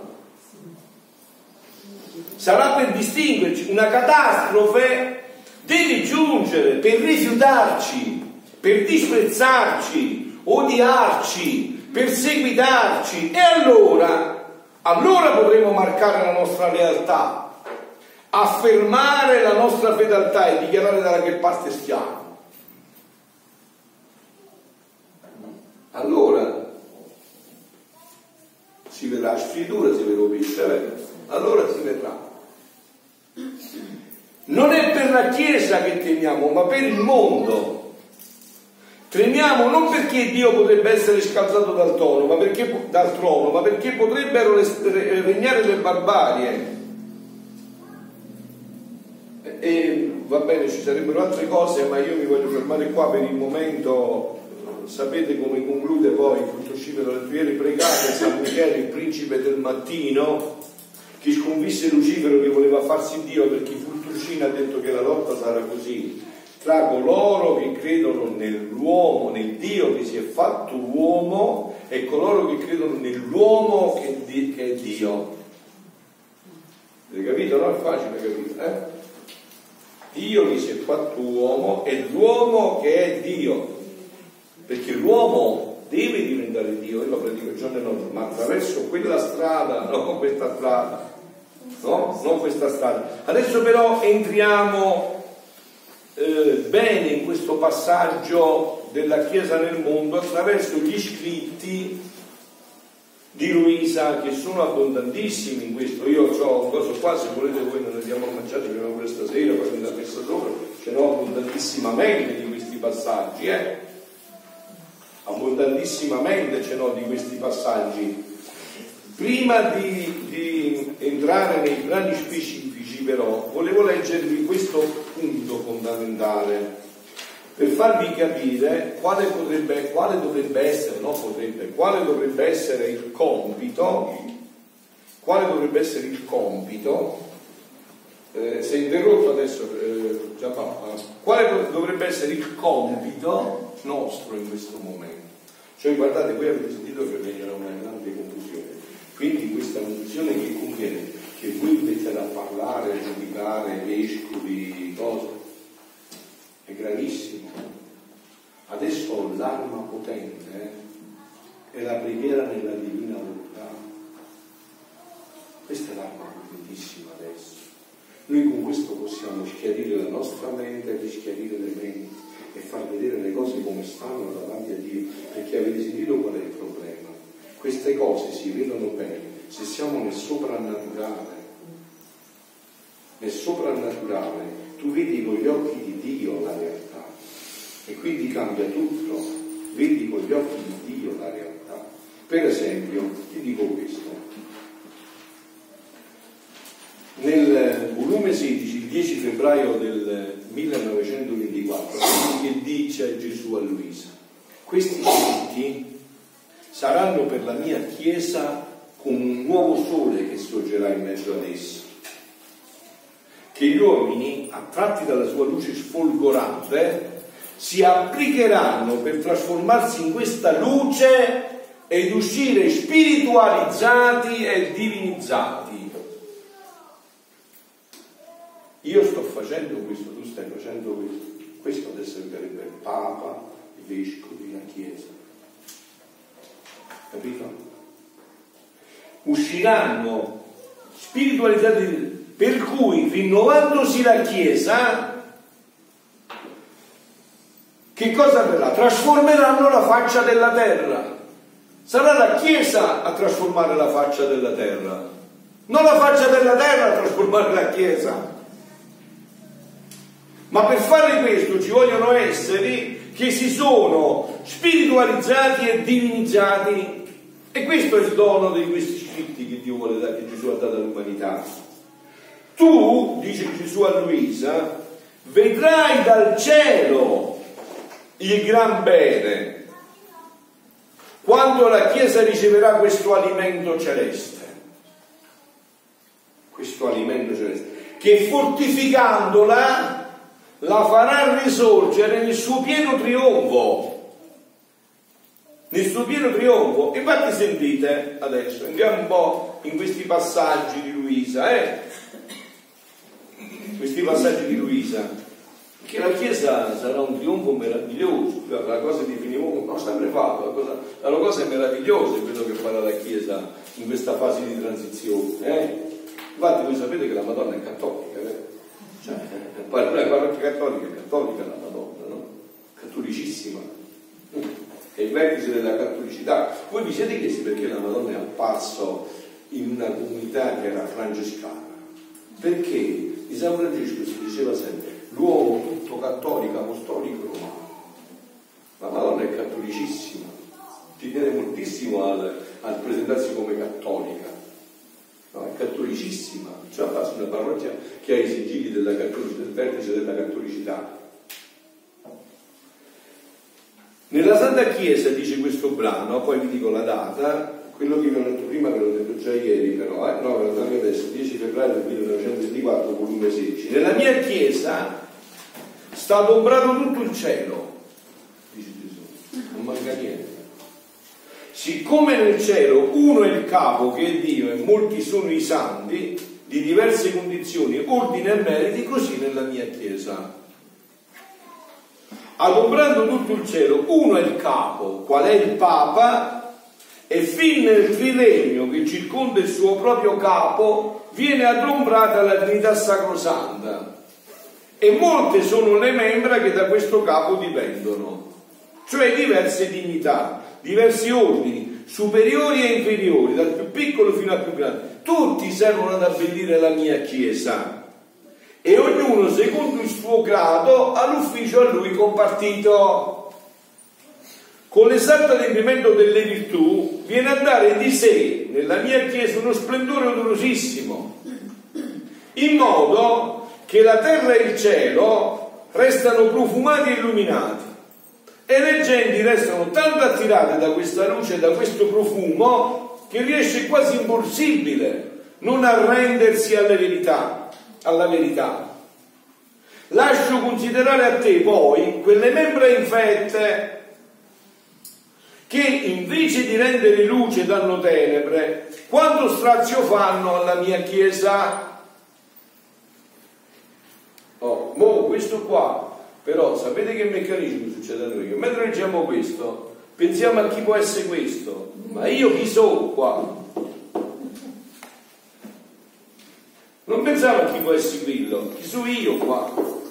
Sarà per distinguerci. Una catastrofe deve giungere per rifiutarci, per disprezzarci, odiarci, perseguitarci, e allora potremo marcare la nostra lealtà, affermare la nostra fedeltà e dichiarare dalla che parte stiamo. Allora si vedrà la scrittura, si vedrà, allora si vedrà. Non è per la Chiesa che temiamo, ma per il mondo. Tremiamo non perché Dio potrebbe essere scalzato dal trono, ma perché potrebbero regnare le barbarie. E va bene, ci sarebbero altre cose, ma io mi voglio fermare qua per il momento. Sapete come conclude poi Fultruscino? Ieri pregate San Michele, il principe del mattino, che sconfisse Lucifero che voleva farsi Dio, perché Fultruscino ha detto che la lotta sarà così, tra coloro che credono nell'uomo, nel Dio che si è fatto uomo, e coloro che credono nell'uomo che è Dio. Avete capito? No? È facile capire, Dio che si è fatto uomo e l'uomo che è Dio, perché l'uomo deve diventare Dio, io lo predico giorno e notte, ma attraverso quella strada, non questa strada, non questa strada. Adesso però entriamo bene in questo passaggio della Chiesa nel mondo attraverso gli scritti di Luisa, che sono abbondantissimi in questo. Io ho un coso qua, se volete voi non andiamo a mangiare prima pure stasera, poi la messa sopra, ce n'ho abbondantissimamente di questi passaggi, abbondantissimamente ce n'ho di questi passaggi. Prima di entrare nei brani specifici però volevo leggervi questo punto fondamentale per farvi capire quale dovrebbe essere il compito, se interrotto adesso quale dovrebbe essere il compito nostro in questo momento. Cioè guardate, voi avete sentito che regna una grande confusione, quindi questa confusione che conviene? Che voi mettete a parlare, a giudicare vescovi, cose, è gravissimo. Adesso l'arma potente è la preghiera nella divina volontà. Questa è l'arma potentissima adesso. Noi con questo possiamo schiarire la nostra mente, rischiarire le menti e far vedere le cose come stanno davanti a Dio, perché avete sentito qual è il problema? Queste cose si vedono bene se siamo nel soprannaturale. Nel soprannaturale tu vedi con gli occhi di Dio la realtà e quindi cambia tutto, vedi con gli occhi di Dio la realtà. Per esempio, ti dico questo: nel volume 16, il 10 febbraio del 1924, che dice Gesù a Luisa: questi scritti saranno per la mia Chiesa come un nuovo sole che sorgerà in mezzo ad essa, che gli uomini, attratti dalla sua luce sfolgorante,
si applicheranno per trasformarsi in questa luce ed uscire spiritualizzati e divinizzati. Io sto facendo questo, tu stai facendo questo. Questo adesso servirebbe il Papa, i vescovi, la Chiesa. Capito? Usciranno spiritualizzati, per cui rinnovandosi la Chiesa, che cosa avverrà? Trasformeranno la faccia della terra. Sarà la Chiesa a trasformare la faccia della terra, non la faccia della terra a trasformare la Chiesa. Ma per fare questo ci vogliono esseri che si sono spiritualizzati e divinizzati, e questo è il dono di questi scritti che Dio vuole dare, che Gesù ha dato all'umanità. Tu, dice Gesù a Luisa, vedrai dal cielo il gran bene quando la Chiesa riceverà questo alimento celeste, che fortificandola la farà risorgere nel suo pieno trionfo. Infatti sentite adesso, andiamo un po' in questi passaggi di Luisa, che la Chiesa sarà un trionfo meraviglioso. La cosa che definiamo, l'ho sempre fatto, la cosa è meravillosa, è quello che farà la Chiesa in questa fase di transizione. Infatti voi sapete che la Madonna è cattolica, cioè, la parrocchia cattolica è la Madonna, no? Cattolicissima, è il vertice della cattolicità. Voi vi siete chiesti perché la Madonna è apparso in una comunità che era francescana? Perché di San Francesco si diceva sempre l'uomo tutto cattolico, apostolico, romano. La Madonna è cattolicissima, ci tiene moltissimo al presentarsi come cattolica. No, è cattolicissima, cioè fa una parrocchia che ha i sigilli del vertice della cattolicità. Nella Santa Chiesa, dice questo brano, poi vi dico la data, quello che vi ho detto prima, ve l'ho detto già ieri però, no, ve lo dico adesso, 10 febbraio del 1924, volume 16. Nella mia Chiesa sta adombrato tutto il cielo, dice Gesù, non manca niente. Siccome nel cielo uno è il capo, che è Dio, e molti sono i santi di diverse condizioni, ordini e meriti, così nella mia Chiesa. Adombrando tutto il cielo, uno è il capo, qual è il Papa, e fin nel trilemio che circonda il suo proprio capo viene adombrata la Trinità Sacrosanta, e molte sono le membra che da questo capo dipendono, cioè diverse dignità, diversi ordini, superiori e inferiori, dal più piccolo fino al più grande. Tutti servono ad abbellire la mia Chiesa, e ognuno secondo il suo grado ha l'ufficio a lui compartito. Con l'esatto adempimento delle virtù viene a dare di sé nella mia Chiesa uno splendore odorosissimo, in modo che la terra e il cielo restano profumati e illuminati, e le genti restano tanto attirate da questa luce e da questo profumo che riesce quasi impossibile non arrendersi alla verità. Lascio considerare a te poi quelle membra infette che invece di rendere luce danno tenebre. Quanto strazio fanno alla mia Chiesa? Questo qua, però sapete che meccanismo succede a noi? Che mentre leggiamo questo pensiamo a chi può essere questo, ma io chi sono qua? Non pensavo a chi può essere quello, chi sono io qua?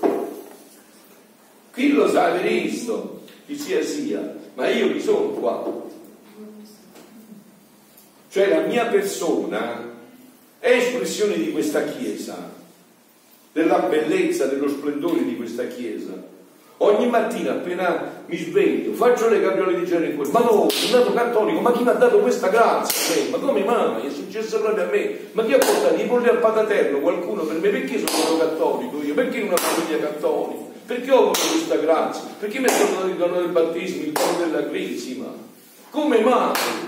Qui lo sa, avete visto, chi sia, ma io chi sono qua? Cioè la mia persona è espressione di questa Chiesa, della bellezza, dello splendore di questa Chiesa. Ogni mattina appena mi sveglio faccio le capriole di genere, ma no, sono nato cattolico, ma chi mi ha dato questa grazia? Ma come mai? È successo proprio a me. Ma chi ha portato i polli al pataterno? Qualcuno per me? Perché sono nato cattolico io? Perché in una famiglia cattolica? Perché ho avuto questa grazia? Perché mi è stato dato il dono del battesimo, il dono della cresima? Come mai?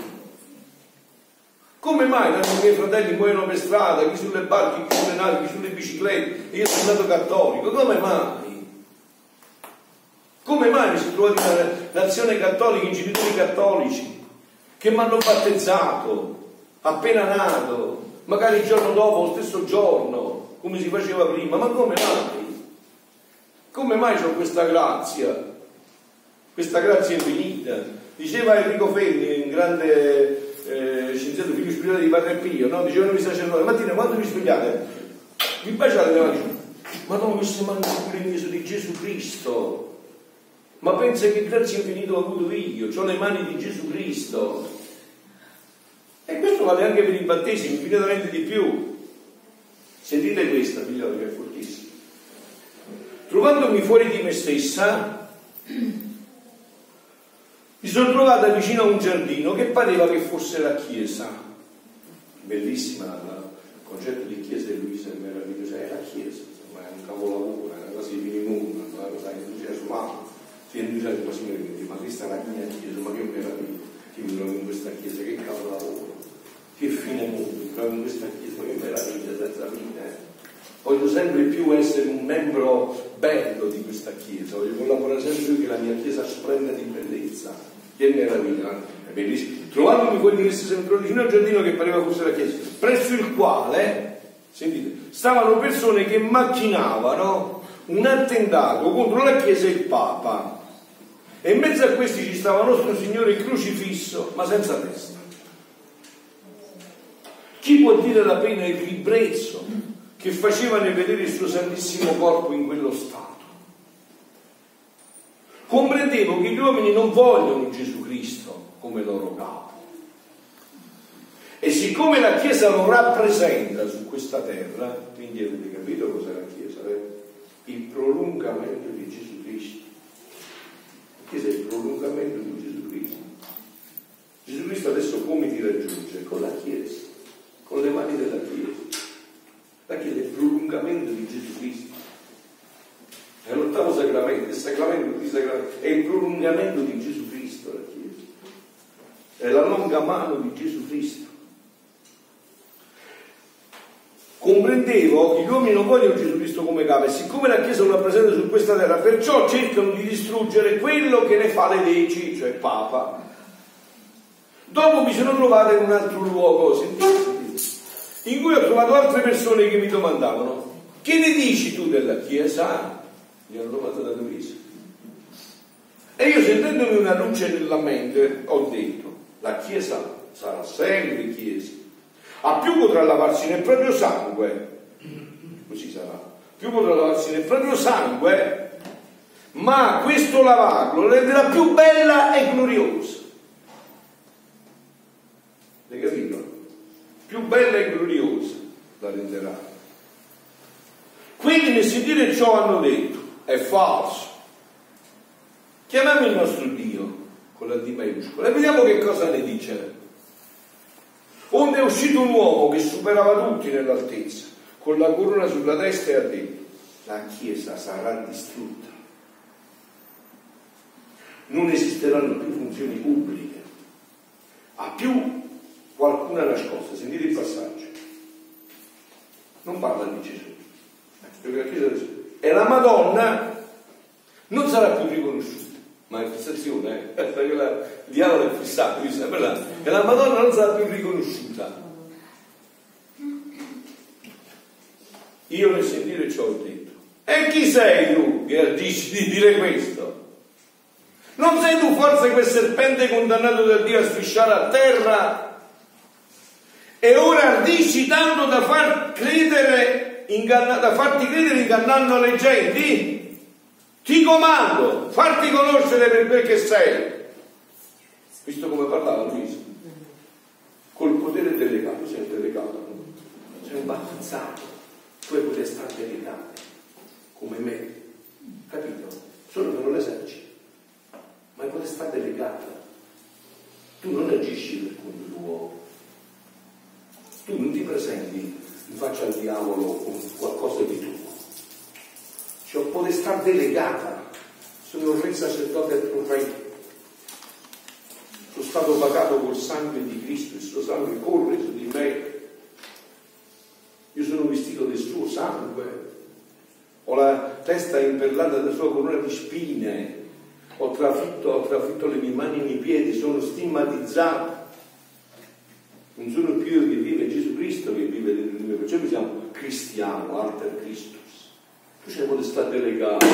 Come mai i miei fratelli muoiono per strada, chi sulle barche, chi sulle navi, chi sulle biciclette, e io sono nato cattolico? Come mai? Come mai mi sono trovato in una nazione cattolica, in genitori cattolici, che mi hanno battezzato appena nato, magari il giorno dopo, lo stesso giorno, come si faceva prima? Ma come mai? Come mai ho questa grazia infinita? Diceva Enrico Fermi, un grande scienziato figlio spirituale di Padre Pio, no? Dicevano i sacerdoti: mattina quando vi svegliate, vi baciate le mani, ma non mi sembra pure il viso di Gesù Cristo. Ma pensa che grazie infinita ho avuto io, ho le mani di Gesù Cristo. E questo vale anche per i battesimi, infinitamente di più. Sentite questa, figlioli, che è fortissima. Trovandomi fuori di me stessa, mi sono trovata vicino a un giardino che pareva che fosse la chiesa. Bellissima, il concetto di chiesa di Luisa è meraviglioso. È la chiesa, insomma, è un capolavoro, è una cosa di minimo, una cosa entusiasmante. Si entusiasma quasi mi ma questa è la mia chiesa, ma che meraviglia, che mi trovo in questa chiesa, che capolavoro, che fine mondo, mi trovo in questa chiesa, che meraviglia senza fine. Voglio sempre più essere un membro bello di questa chiesa, voglio collaborare sempre più che la mia chiesa splenda di bellezza. Che meraviglia, è bellissimo. Trovandomi fuori di me stesso vicino al giardino che pareva fosse la chiesa, presso il quale, sentite, stavano persone che macchinavano un attentato contro la chiesa e il Papa. E in mezzo a questi ci stava nostro Signore crocifisso, ma senza testa. Chi può dire la pena e il ribrezzo che faceva nel vedere il suo santissimo corpo in quello stato? Comprendevo che gli uomini non vogliono Gesù Cristo come loro capo. E siccome la Chiesa lo rappresenta su questa terra, quindi avete capito cos'è la Chiesa? Il prolungamento di Gesù Cristo. La Chiesa è il prolungamento di Gesù Cristo. Gesù Cristo adesso come ti raggiunge? Con la Chiesa, con le mani della Chiesa. La Chiesa è il prolungamento di Gesù Cristo. È l'ottavo sacramento, il sacramento di sacramento, è il prolungamento di Gesù Cristo la Chiesa. È la longa mano di Gesù Cristo. Comprendevo che gli uomini non vogliono Gesù Cristo come capo, e siccome la Chiesa lo rappresenta su questa terra, perciò cercano di distruggere quello che ne fa le leggi, cioè il Papa. Dopo mi sono trovato in un altro luogo, in cui ho trovato altre persone che mi domandavano: che ne dici tu della Chiesa? Mi hanno domandato da Luisa. E io, sentendomi una luce nella mente, ho detto: la Chiesa sarà sempre Chiesa. A più potrà lavarsi nel proprio sangue, così sarà, più potrà lavarsi nel proprio sangue, ma questo lavarlo lo renderà più bella e gloriosa. Hai capito? Più bella e gloriosa la renderà. Quelli nel sentire ciò hanno detto: è falso, chiamiamo il nostro Dio con la D maiuscola e vediamo che cosa ne dice. Onde è uscito un uomo che superava tutti nell'altezza, con la corona sulla testa, e ha detto: la Chiesa sarà distrutta, non esisteranno più funzioni pubbliche, ha più qualcuna nascosta. Sentite il passaggio, non parla di Gesù, perché la Chiesa e la Madonna non sarà più riconosciuta. Ma è fissazione, perché il diavolo è fissato, e la Madonna non sarà più riconosciuta. Io nel sentire ciò ho detto: e chi sei tu che dici di dire questo? Non sei tu forse quel serpente condannato da Dio a strisciare a terra? E ora ardisci tanto da farti credere ingannando le genti? Ti comando, farti conoscere per quel che sei. Visto come parlava Luisa, col potere delegato. Sei delegato, sei un battezzato, tu hai potestà delegate come me, capito? Solo che non eserciti, ma hai potestà delegata. Tu non agisci per conto tuo, tu non ti presenti in faccia al diavolo con qualcosa di tuo. C'ho potestà delegata, sono il re sacerdote e il re, sono stato pagato col sangue di Cristo, il suo sangue corre su di me, io sono vestito del suo sangue, ho la testa imperlata della sua corona di spine, ho trafitto le mie mani e i miei piedi, sono stigmatizzato. Non sono più io che vive, Gesù Cristo che vive dentro di me, perciò mi chiamo cristiano, alter Christus. Tu c'è potestà delegata,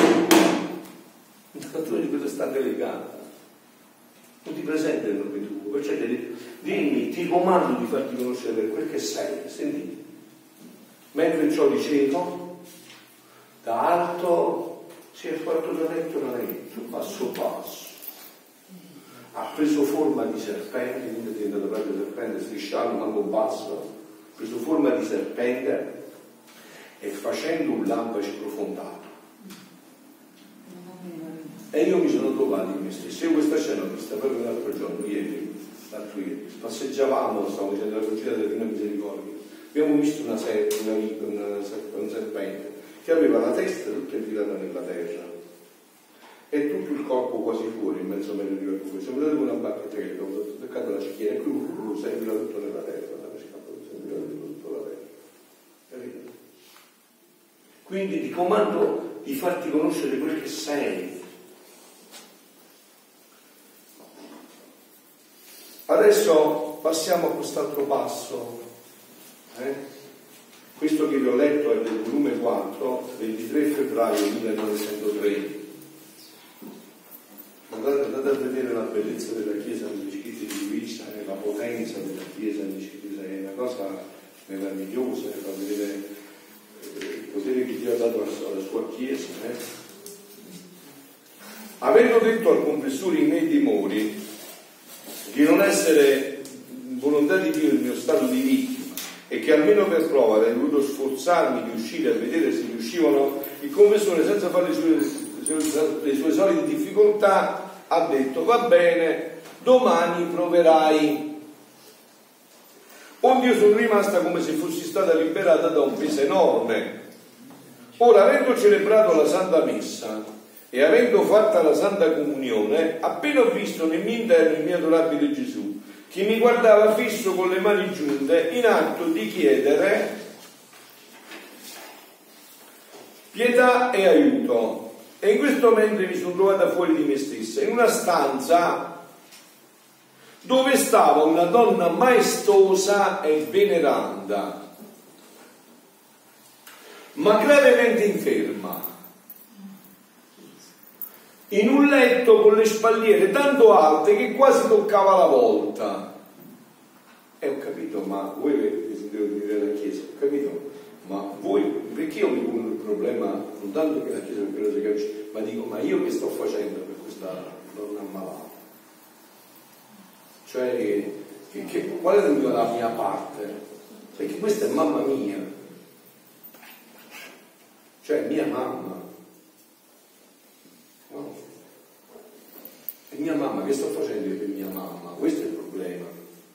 tu hai potestà delegata, non ti presenti nel nome tuo, perciò dimmi, ti comando di farti conoscere per quel che sei, senti. Mentre ciò dicevo, da alto si è fatto da letto in letto, passo passo. Ha preso forma di serpente, quindi è diventato proprio serpente, strisciato, manco basso, ha preso forma di serpente e facendo un lampo sprofondato. E io mi sono trovato in me stesso. Io questa scena l'ho vista proprio l'altro giorno, l'altro ieri. Passeggiavamo, stavo facendo la cucina della Divina Misericordia. Abbiamo visto un serpente che aveva la testa tutta infilata nella terra e tutto il corpo quasi fuori, in mezzo a me di fuori. Siamo andati con una bacchetta che avevo toccato la schiena e qui si è infilato tutto nella terra, si è infilato tutto la terra. Capito? Quindi ti comando di farti conoscere quel che sei. Adesso passiamo a quest'altro passo. Questo che vi ho letto è del volume 4, 23 febbraio 1903. Andate a vedere la bellezza della Chiesa negli scritti di Luisa, la potenza della Chiesa negli scritti, è una cosa meravigliosa, fa vedere il potere che Dio ha dato alla sua Chiesa. Avendo detto al confessore in me dimori di non essere volontà di Dio il mio stato di vittima e che almeno per prova avrei dovuto sforzarmi di uscire a vedere se riuscivano, il confessore, senza fare le sue solite difficoltà, ha detto: va bene, domani proverai. Onde io sono rimasta come se fossi stata liberata da un peso enorme. Ora, avendo celebrato la Santa Messa e avendo fatta la Santa Comunione, appena ho visto nel mio interno il mio adorabile Gesù, che mi guardava fisso con le mani giunte, in atto di chiedere pietà e aiuto. E in questo mentre mi sono trovata fuori di me stessa, in una stanza dove stava una donna maestosa e veneranda, ma gravemente inferma, in un letto con le spalliere tanto alte che quasi toccava la volta. E ho capito, ma voi avete sentito dire alla Chiesa, ho capito, ma voi, perché io mi pongo il problema, non tanto che la Chiesa per quello si capisce, ma dico, ma io che sto facendo per questa donna ammalata? Cioè, qual è la mia parte? Perché questa è mamma mia, cioè mia mamma. No? È mia mamma, che sto facendo io per mia mamma? Questo è il problema.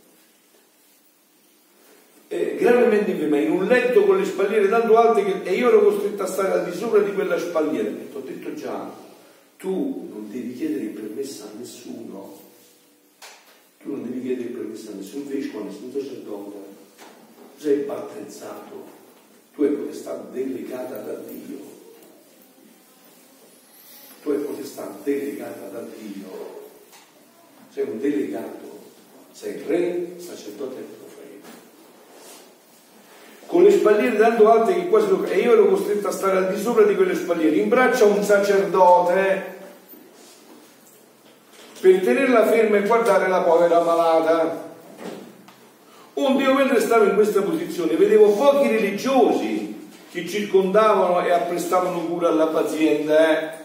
Gravemente inferma, in un letto con le spalliere tanto alte e io ero costretto a stare al di sopra di quella spalliera. Ti ho detto già, tu non devi chiedere il permesso a nessuno, tu non devi chiedere il permesso a nessun vescovo, a nessun sacerdote, tu sei battezzato, tu hai potestà delegata da Dio, tu hai potestà delegata da Dio, sei un delegato, sei re, sacerdote e profeta. Con le spalliere tanto alte che quasi e io ero costretto a stare al di sopra di quelle spalliere, in braccio a un sacerdote per tenerla ferma e guardare la povera malata. Onde io, mentre stavo in questa posizione, vedevo pochi religiosi che circondavano e apprestavano cura alla paziente,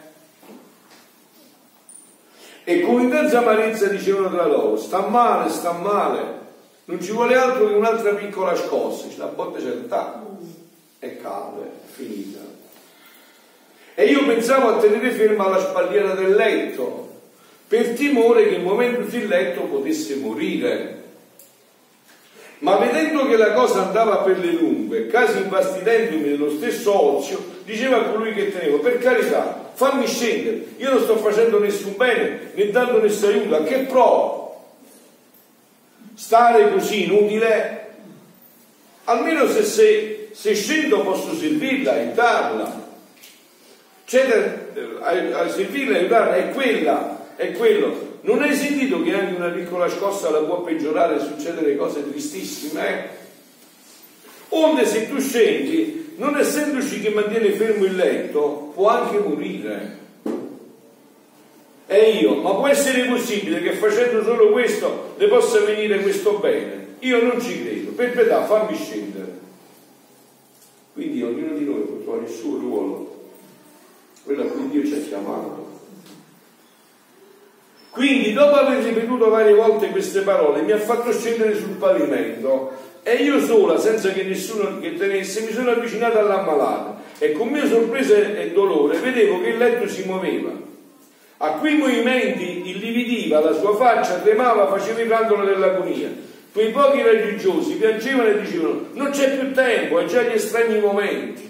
e con intensa amarezza dicevano tra loro: sta male, non ci vuole altro che un'altra piccola scossa, la botte c'è, è cade, è finita. E io pensavo a tenere ferma la spalliera del letto per timore che muovendosi il letto potesse morire. Ma vedendo che la cosa andava per le lunghe, quasi infastidendomi nello stesso ozio, diceva a colui che tenevo: per carità, fammi scendere, io non sto facendo nessun bene né dando nessun aiuto, a che pro? Stare così inutile? Almeno se scendo posso servirla, aiutarla. a servirla e aiutarla, è quello. Non hai sentito che anche una piccola scossa la può peggiorare e succedere cose tristissime? Onde se tu scendi, non essendoci che mantiene fermo il letto, può anche morire. E io, ma può essere possibile che facendo solo questo le possa venire questo bene? Io non ci credo, per pietà fammi scendere. Quindi ognuno di noi può trovare il suo ruolo, quello a cui Dio ci ha chiamato. Quindi dopo aver ripetuto varie volte queste parole mi ha fatto scendere sul pavimento e io sola, senza che nessuno che tenesse, mi sono avvicinata all'ammalata e con mia sorpresa e dolore vedevo che il letto si muoveva. A quei movimenti illividiva, la sua faccia tremava, faceva il rantolo dell'agonia. Quei pochi religiosi piangevano e dicevano: non c'è più tempo, è già gli strani momenti.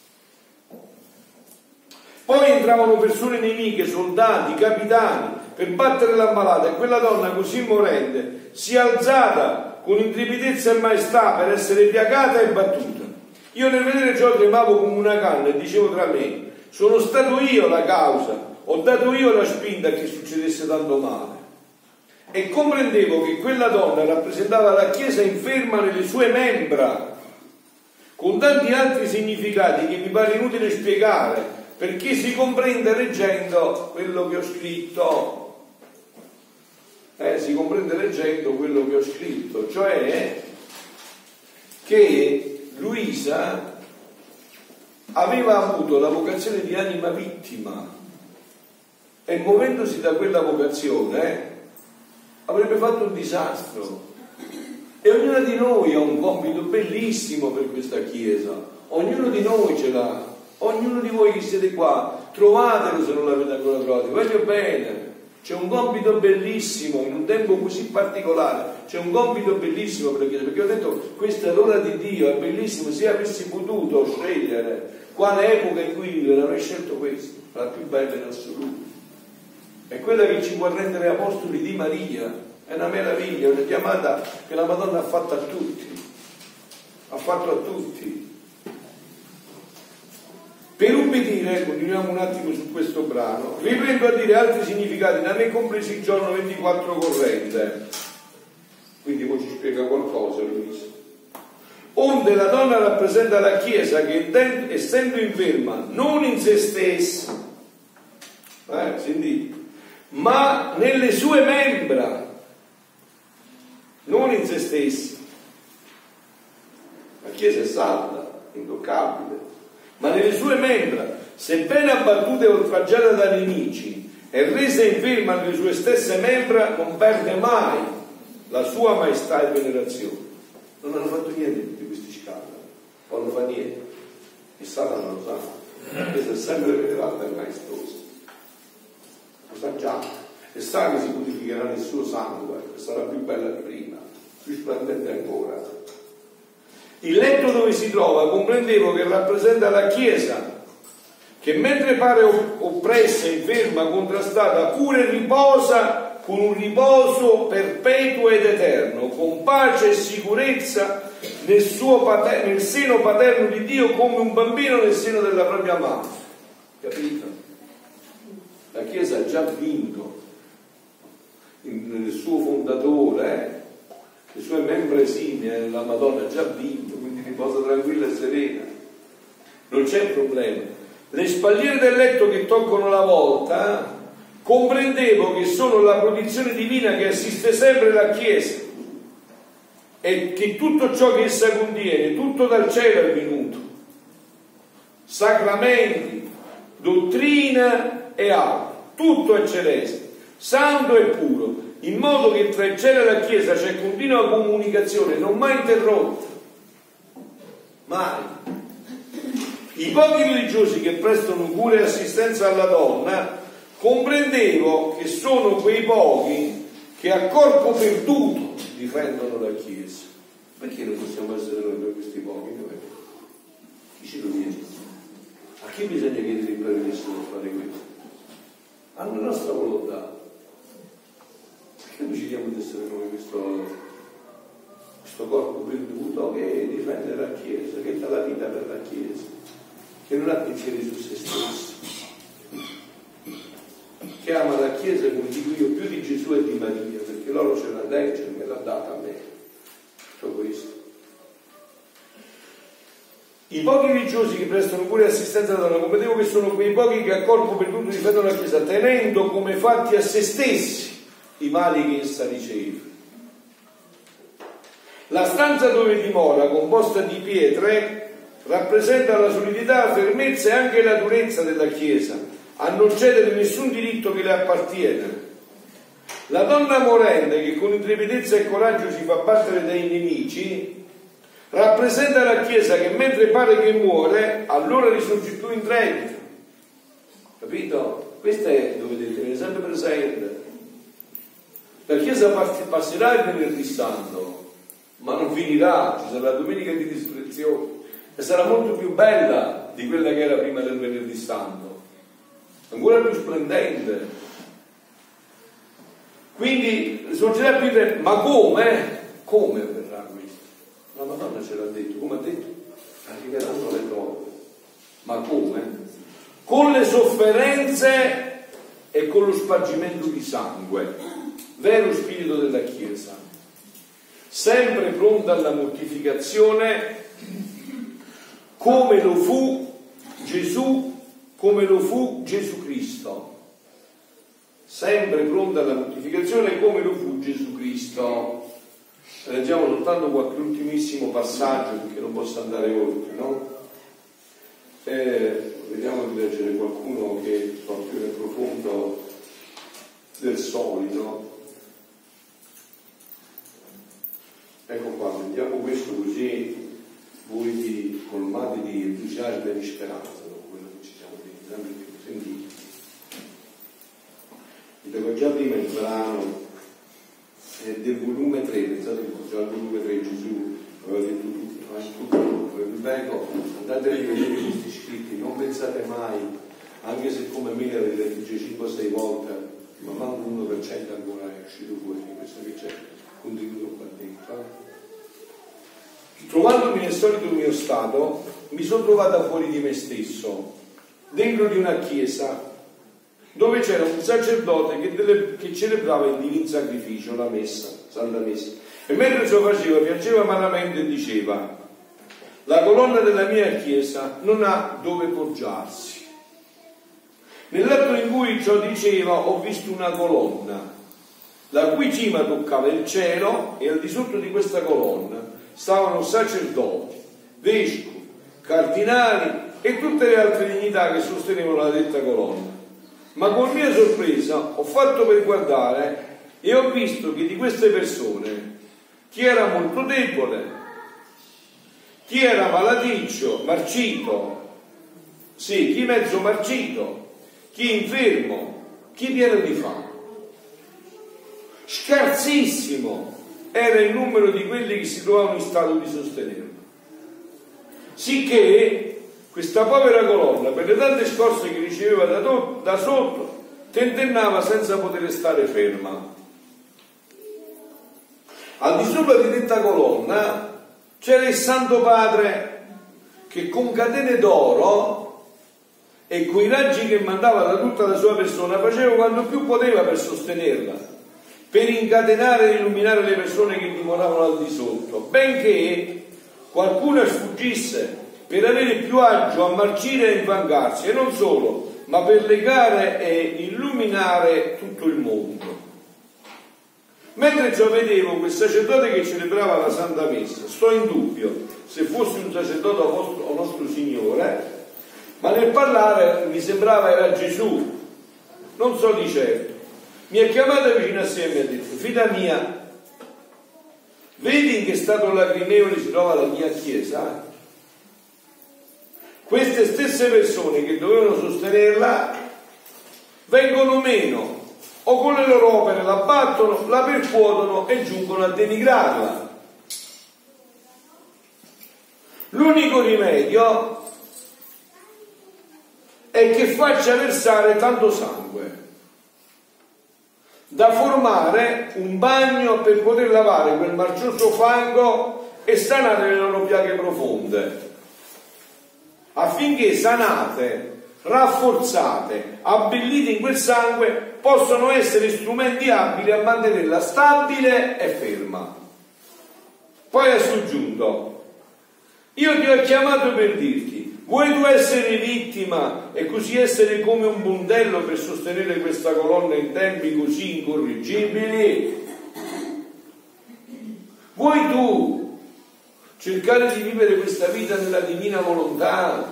Poi entravano persone nemiche, soldati, capitani, per battere l'ammalata, e quella donna così morente si è alzata con intrepidezza e maestà per essere piagata e battuta. Io nel vedere ciò tremavo come una canna e dicevo tra me: sono stato io la causa, ho dato io la spinta a che succedesse tanto male. E comprendevo che quella donna rappresentava la Chiesa inferma nelle sue membra, con tanti altri significati che mi pare inutile spiegare, perché si comprende leggendo quello che ho scritto. Si comprende leggendo quello che ho scritto, cioè che Luisa aveva avuto la vocazione di anima vittima e muovendosi da quella vocazione avrebbe fatto un disastro. E ognuna di noi ha un compito bellissimo per questa Chiesa, ognuno di noi ce l'ha, ognuno di voi che siete qua, trovatelo se non l'avete ancora trovato, voglio bene. C'è un compito bellissimo in un tempo così particolare, c'è un compito bellissimo per la Chiesa, perché ho detto questa è l'ora di Dio, è bellissimo. Se avessi potuto scegliere quale epoca in cui vivere avrei scelto questa, la più bella in assoluto. È quella che ci può rendere apostoli di Maria, è una meraviglia, una chiamata che la Madonna ha fatto a tutti, ha fatto a tutti. Per ubbidire, continuiamo un attimo su questo brano, riprendo a dire altri significati, da me compresi il giorno 24 corrente. Quindi poi ci spiega qualcosa Luisa. Onde la donna rappresenta la Chiesa che essendo inferma non in se stessa, sentite, ma nelle sue membra, non in se stessa. La Chiesa è salda, intoccabile, ma nelle sue membra, sebbene abbattuta e oltraggiata dai nemici e resa inferma nelle sue stesse membra, non perde mai la sua maestà e venerazione. Non hanno fatto niente tutti questi scandali, o non fa niente, e Satana lo sa. La Chiesa è sempre venerata e maestosa, lo sa già, e sa che si purificherà nel suo sangue, che sarà più bella di prima, più splendente ancora. Il letto dove si trova comprendevo che rappresenta la Chiesa, che mentre pare oppressa, inferma, contrastata, pure riposa con un riposo perpetuo ed eterno, con pace e sicurezza nel seno paterno di Dio, come un bambino nel seno della propria madre. Capito? La Chiesa ha già vinto nel suo fondatore, le sue membra esimie, la Madonna ha già vinto, quindi riposa tranquilla e serena, non c'è problema. Le spalliere del letto che toccano la volta, comprendevo che sono la protezione divina che assiste sempre la Chiesa e che tutto ciò che essa contiene, tutto dal cielo è venuto, sacramenti, dottrina e altro, tutto è celeste, santo e puro, in modo che tra il cielo e la Chiesa c'è continua comunicazione, non mai interrotta, mai. I pochi religiosi che prestano cura e assistenza alla donna, comprendevo che sono quei pochi che a corpo perduto difendono la Chiesa. Perché non possiamo essere noi per questi pochi? Chi ce lo dice? A chi bisogna chiedere il permesso per fare questo? Hanno la nostra volontà. Perché decidiamo di essere noi questo corpo perduto che difende la Chiesa, che dà la vita per la Chiesa, che non ha pensieri su se stesso, che ama la Chiesa, come dico io, più di Gesù e di Maria, perché loro ce l'ha lei, ce me l'ha data a me. Tutto questo. I pochi religiosi che prestano cura e assistenza alla donna, come dico, che sono quei pochi che a corpo perduto difendono la Chiesa, tenendo come fatti a se stessi i mali che essa riceve. La stanza dove dimora, composta di pietre, rappresenta la solidità, la fermezza e anche la durezza della Chiesa, a non cedere nessun diritto che le appartiene. La donna morente, che con intrepidezza e coraggio si fa battere dai nemici, rappresenta la Chiesa che mentre pare che muore, allora risorge più intrepida. Capito? Questo è, dovete tenere sempre presente. La Chiesa passerà il venerdì santo, ma non finirà, ci sarà la domenica di risurrezione e sarà molto più bella di quella che era prima del venerdì santo, ancora più splendente. Quindi risorgerà più intrepida. Ma come? Come avverrà questo? La Madonna ce l'ha detto, come ha detto? Arriveranno le prove. Ma come? Con le sofferenze e con lo spargimento di sangue, vero spirito della Chiesa, sempre pronta alla mortificazione, come lo fu Gesù, come lo fu Gesù Cristo. Sempre pronta alla mortificazione come lo fu Gesù Cristo. Leggiamo soltanto qualche ultimissimo passaggio perché non posso andare oltre, no? Vediamo di leggere qualcuno che va più nel profondo del solito. Ecco qua, vediamo questo così voi vi colmate di entusiasmo e di speranza dopo quello che ci siamo detti, sempre più sentiti. Vi leggo già prima il brano del volume 3, pensate già al volume 3 Gesù aveva detto tutto, vi prego, andate a rivedere questi scritti, non pensate mai, anche se come me li avete letti 5 o 6 volte, ma manco l'1% ancora è uscito fuori, questo che c'è contenuto qua dentro. Trovandomi nel solito mio stato, mi sono trovata fuori di me stesso, dentro di una chiesa dove c'era un sacerdote che celebrava il divino sacrificio, la messa, santa messa, e mentre ciò faceva piangeva amaramente e diceva: la colonna della mia chiesa non ha dove poggiarsi. Nell'atto in cui ciò diceva ho visto una colonna la cui cima toccava il cielo, e al di sotto di questa colonna stavano sacerdoti, vescovi, cardinali e tutte le altre dignità che sostenevano la detta colonna. Ma con mia sorpresa ho fatto per guardare e ho visto che di queste persone chi era molto debole, chi era malaticcio, marcito, sì, chi mezzo marcito, chi infermo, chi pieno di fame. Scarsissimo era il numero di quelli che si trovavano in stato di sostenerlo. Sicché questa povera colonna, per le tante scorse che riceveva da sotto, tentennava senza poter stare ferma. Al di sopra di detta colonna c'era il Santo Padre che con catene d'oro e coi raggi che mandava da tutta la sua persona faceva quanto più poteva per sostenerla, per incatenare e illuminare le persone che dimoravano al di sotto, benché qualcuno sfuggisse per avere più agio a marcire e infangarsi, e non solo, ma per legare e illuminare tutto il mondo. Mentre ciò vedevo quel sacerdote che celebrava la Santa Messa, sto in dubbio se fosse un sacerdote o nostro Signore, ma nel parlare mi sembrava era Gesù, non so di certo. Mi ha chiamato vicino a sé e mi ha detto: figlia mia, vedi in che stato lacrimevole si trova la mia chiesa? Queste stesse persone che dovevano sostenerla vengono meno, o con le loro opere la battono, la percuotono e giungono a denigrarla. L'unico rimedio è che faccia versare tanto sangue da formare un bagno per poter lavare quel marcioso fango e sanare le loro piaghe profonde, affinché sanate, rafforzate, abbellite in quel sangue, possono essere strumenti abili a mantenerla stabile e ferma. Poi ha soggiunto: io ti ho chiamato per dirti, vuoi tu essere vittima e così essere come un puntello per sostenere questa colonna in tempi così incorreggibili? Vuoi tu cercare di vivere questa vita nella divina volontà?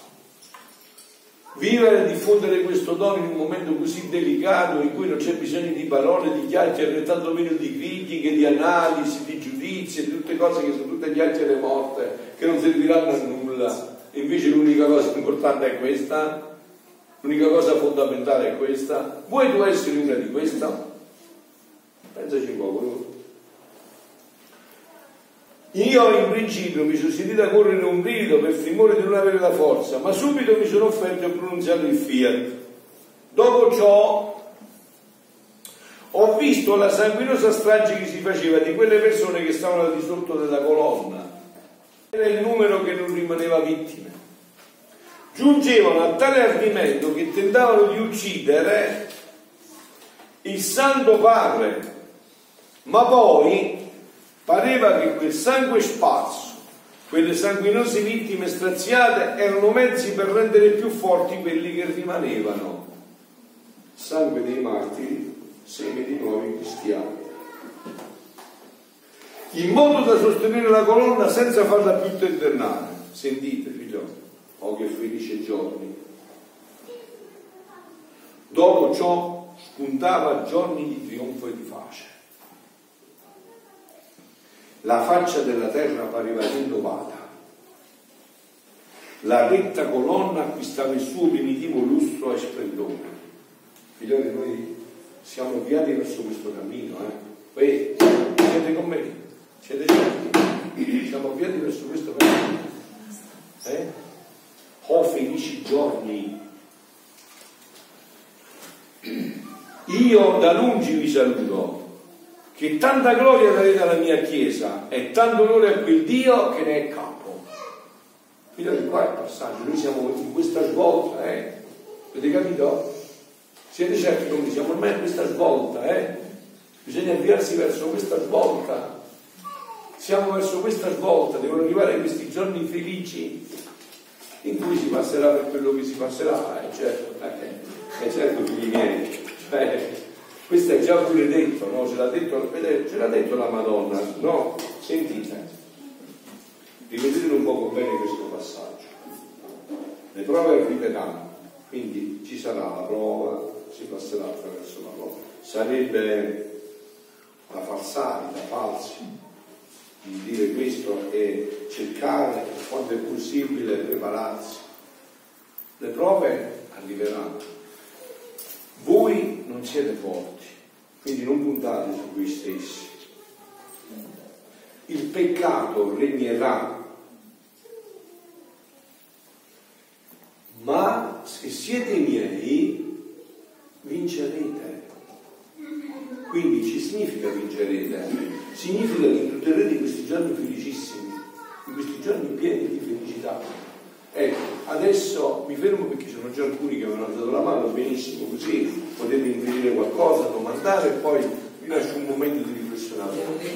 Vivere e diffondere questo dono in un momento così delicato in cui non c'è bisogno di parole, di chiacchiere, tanto meno di critiche, di analisi, di giudizi, di tutte cose che sono tutte chiacchiere morte, che non serviranno a nulla. Invece l'unica cosa importante è questa, l'unica cosa fondamentale è questa. Vuoi tu essere una di questa? Pensaci un po'. Io in principio mi sono sentito a correre un brivido per timore di non avere la forza, ma subito mi sono offerto e ho pronunciato il fiat. Dopo ciò ho visto la sanguinosa strage che si faceva di quelle persone che stavano al di sotto della colonna. Era il numero che non rimaneva vittime. Giungevano a tale ardimento che tentavano di uccidere il Santo Padre, ma poi pareva che quel sangue sparso, quelle sanguinose vittime straziate, erano mezzi per rendere più forti quelli che rimanevano. Sangue dei martiri, seme di nuovi cristiani. In modo da sostenere la colonna senza farla più tentennare. Sentite, figlioli, oh che felice giorni. Dopo ciò spuntava giorni di trionfo e di pace. La faccia della terra pareva rinnovata. La retta colonna acquistava il suo primitivo lustro e splendore. Figlioli, noi siamo avviati verso questo cammino. Siete con me? Siete certi? Siamo avviati verso questo cammino. Oh felici giorni. Io da lungi vi saluto, che tanta gloria darete alla mia Chiesa e tanto onore a quel Dio che ne è capo. Figlioli, qua è il passaggio, noi siamo in questa svolta, avete capito? Siete certi come siamo ormai in questa svolta, bisogna avviarsi verso questa svolta, siamo verso questa svolta, devono arrivare questi giorni felici in cui si passerà per quello che si passerà, certo figli miei, questo è già pure detto, no? Ce l'ha detto la Madonna, no? Sentite, rivedete un poco bene questo passaggio. Le prove arriveranno, quindi ci sarà la prova, si passerà attraverso la prova. Sarebbe da falsari, da falsi, di dire questo e cercare, quando è possibile, prepararsi. Le prove arriveranno. Voi non siete forti, quindi non puntate su voi stessi. Il peccato regnerà, ma se siete miei vincerete. Quindi ci significa vincerete? Significa che introdurrete questi giorni felicissimi, in questi giorni pieni di felicità. Ecco, adesso mi fermo perché ci sono già alcuni che mi hanno alzato la mano, benissimo, così potete inserire qualcosa, domandare e poi vi lascio un momento di riflessione.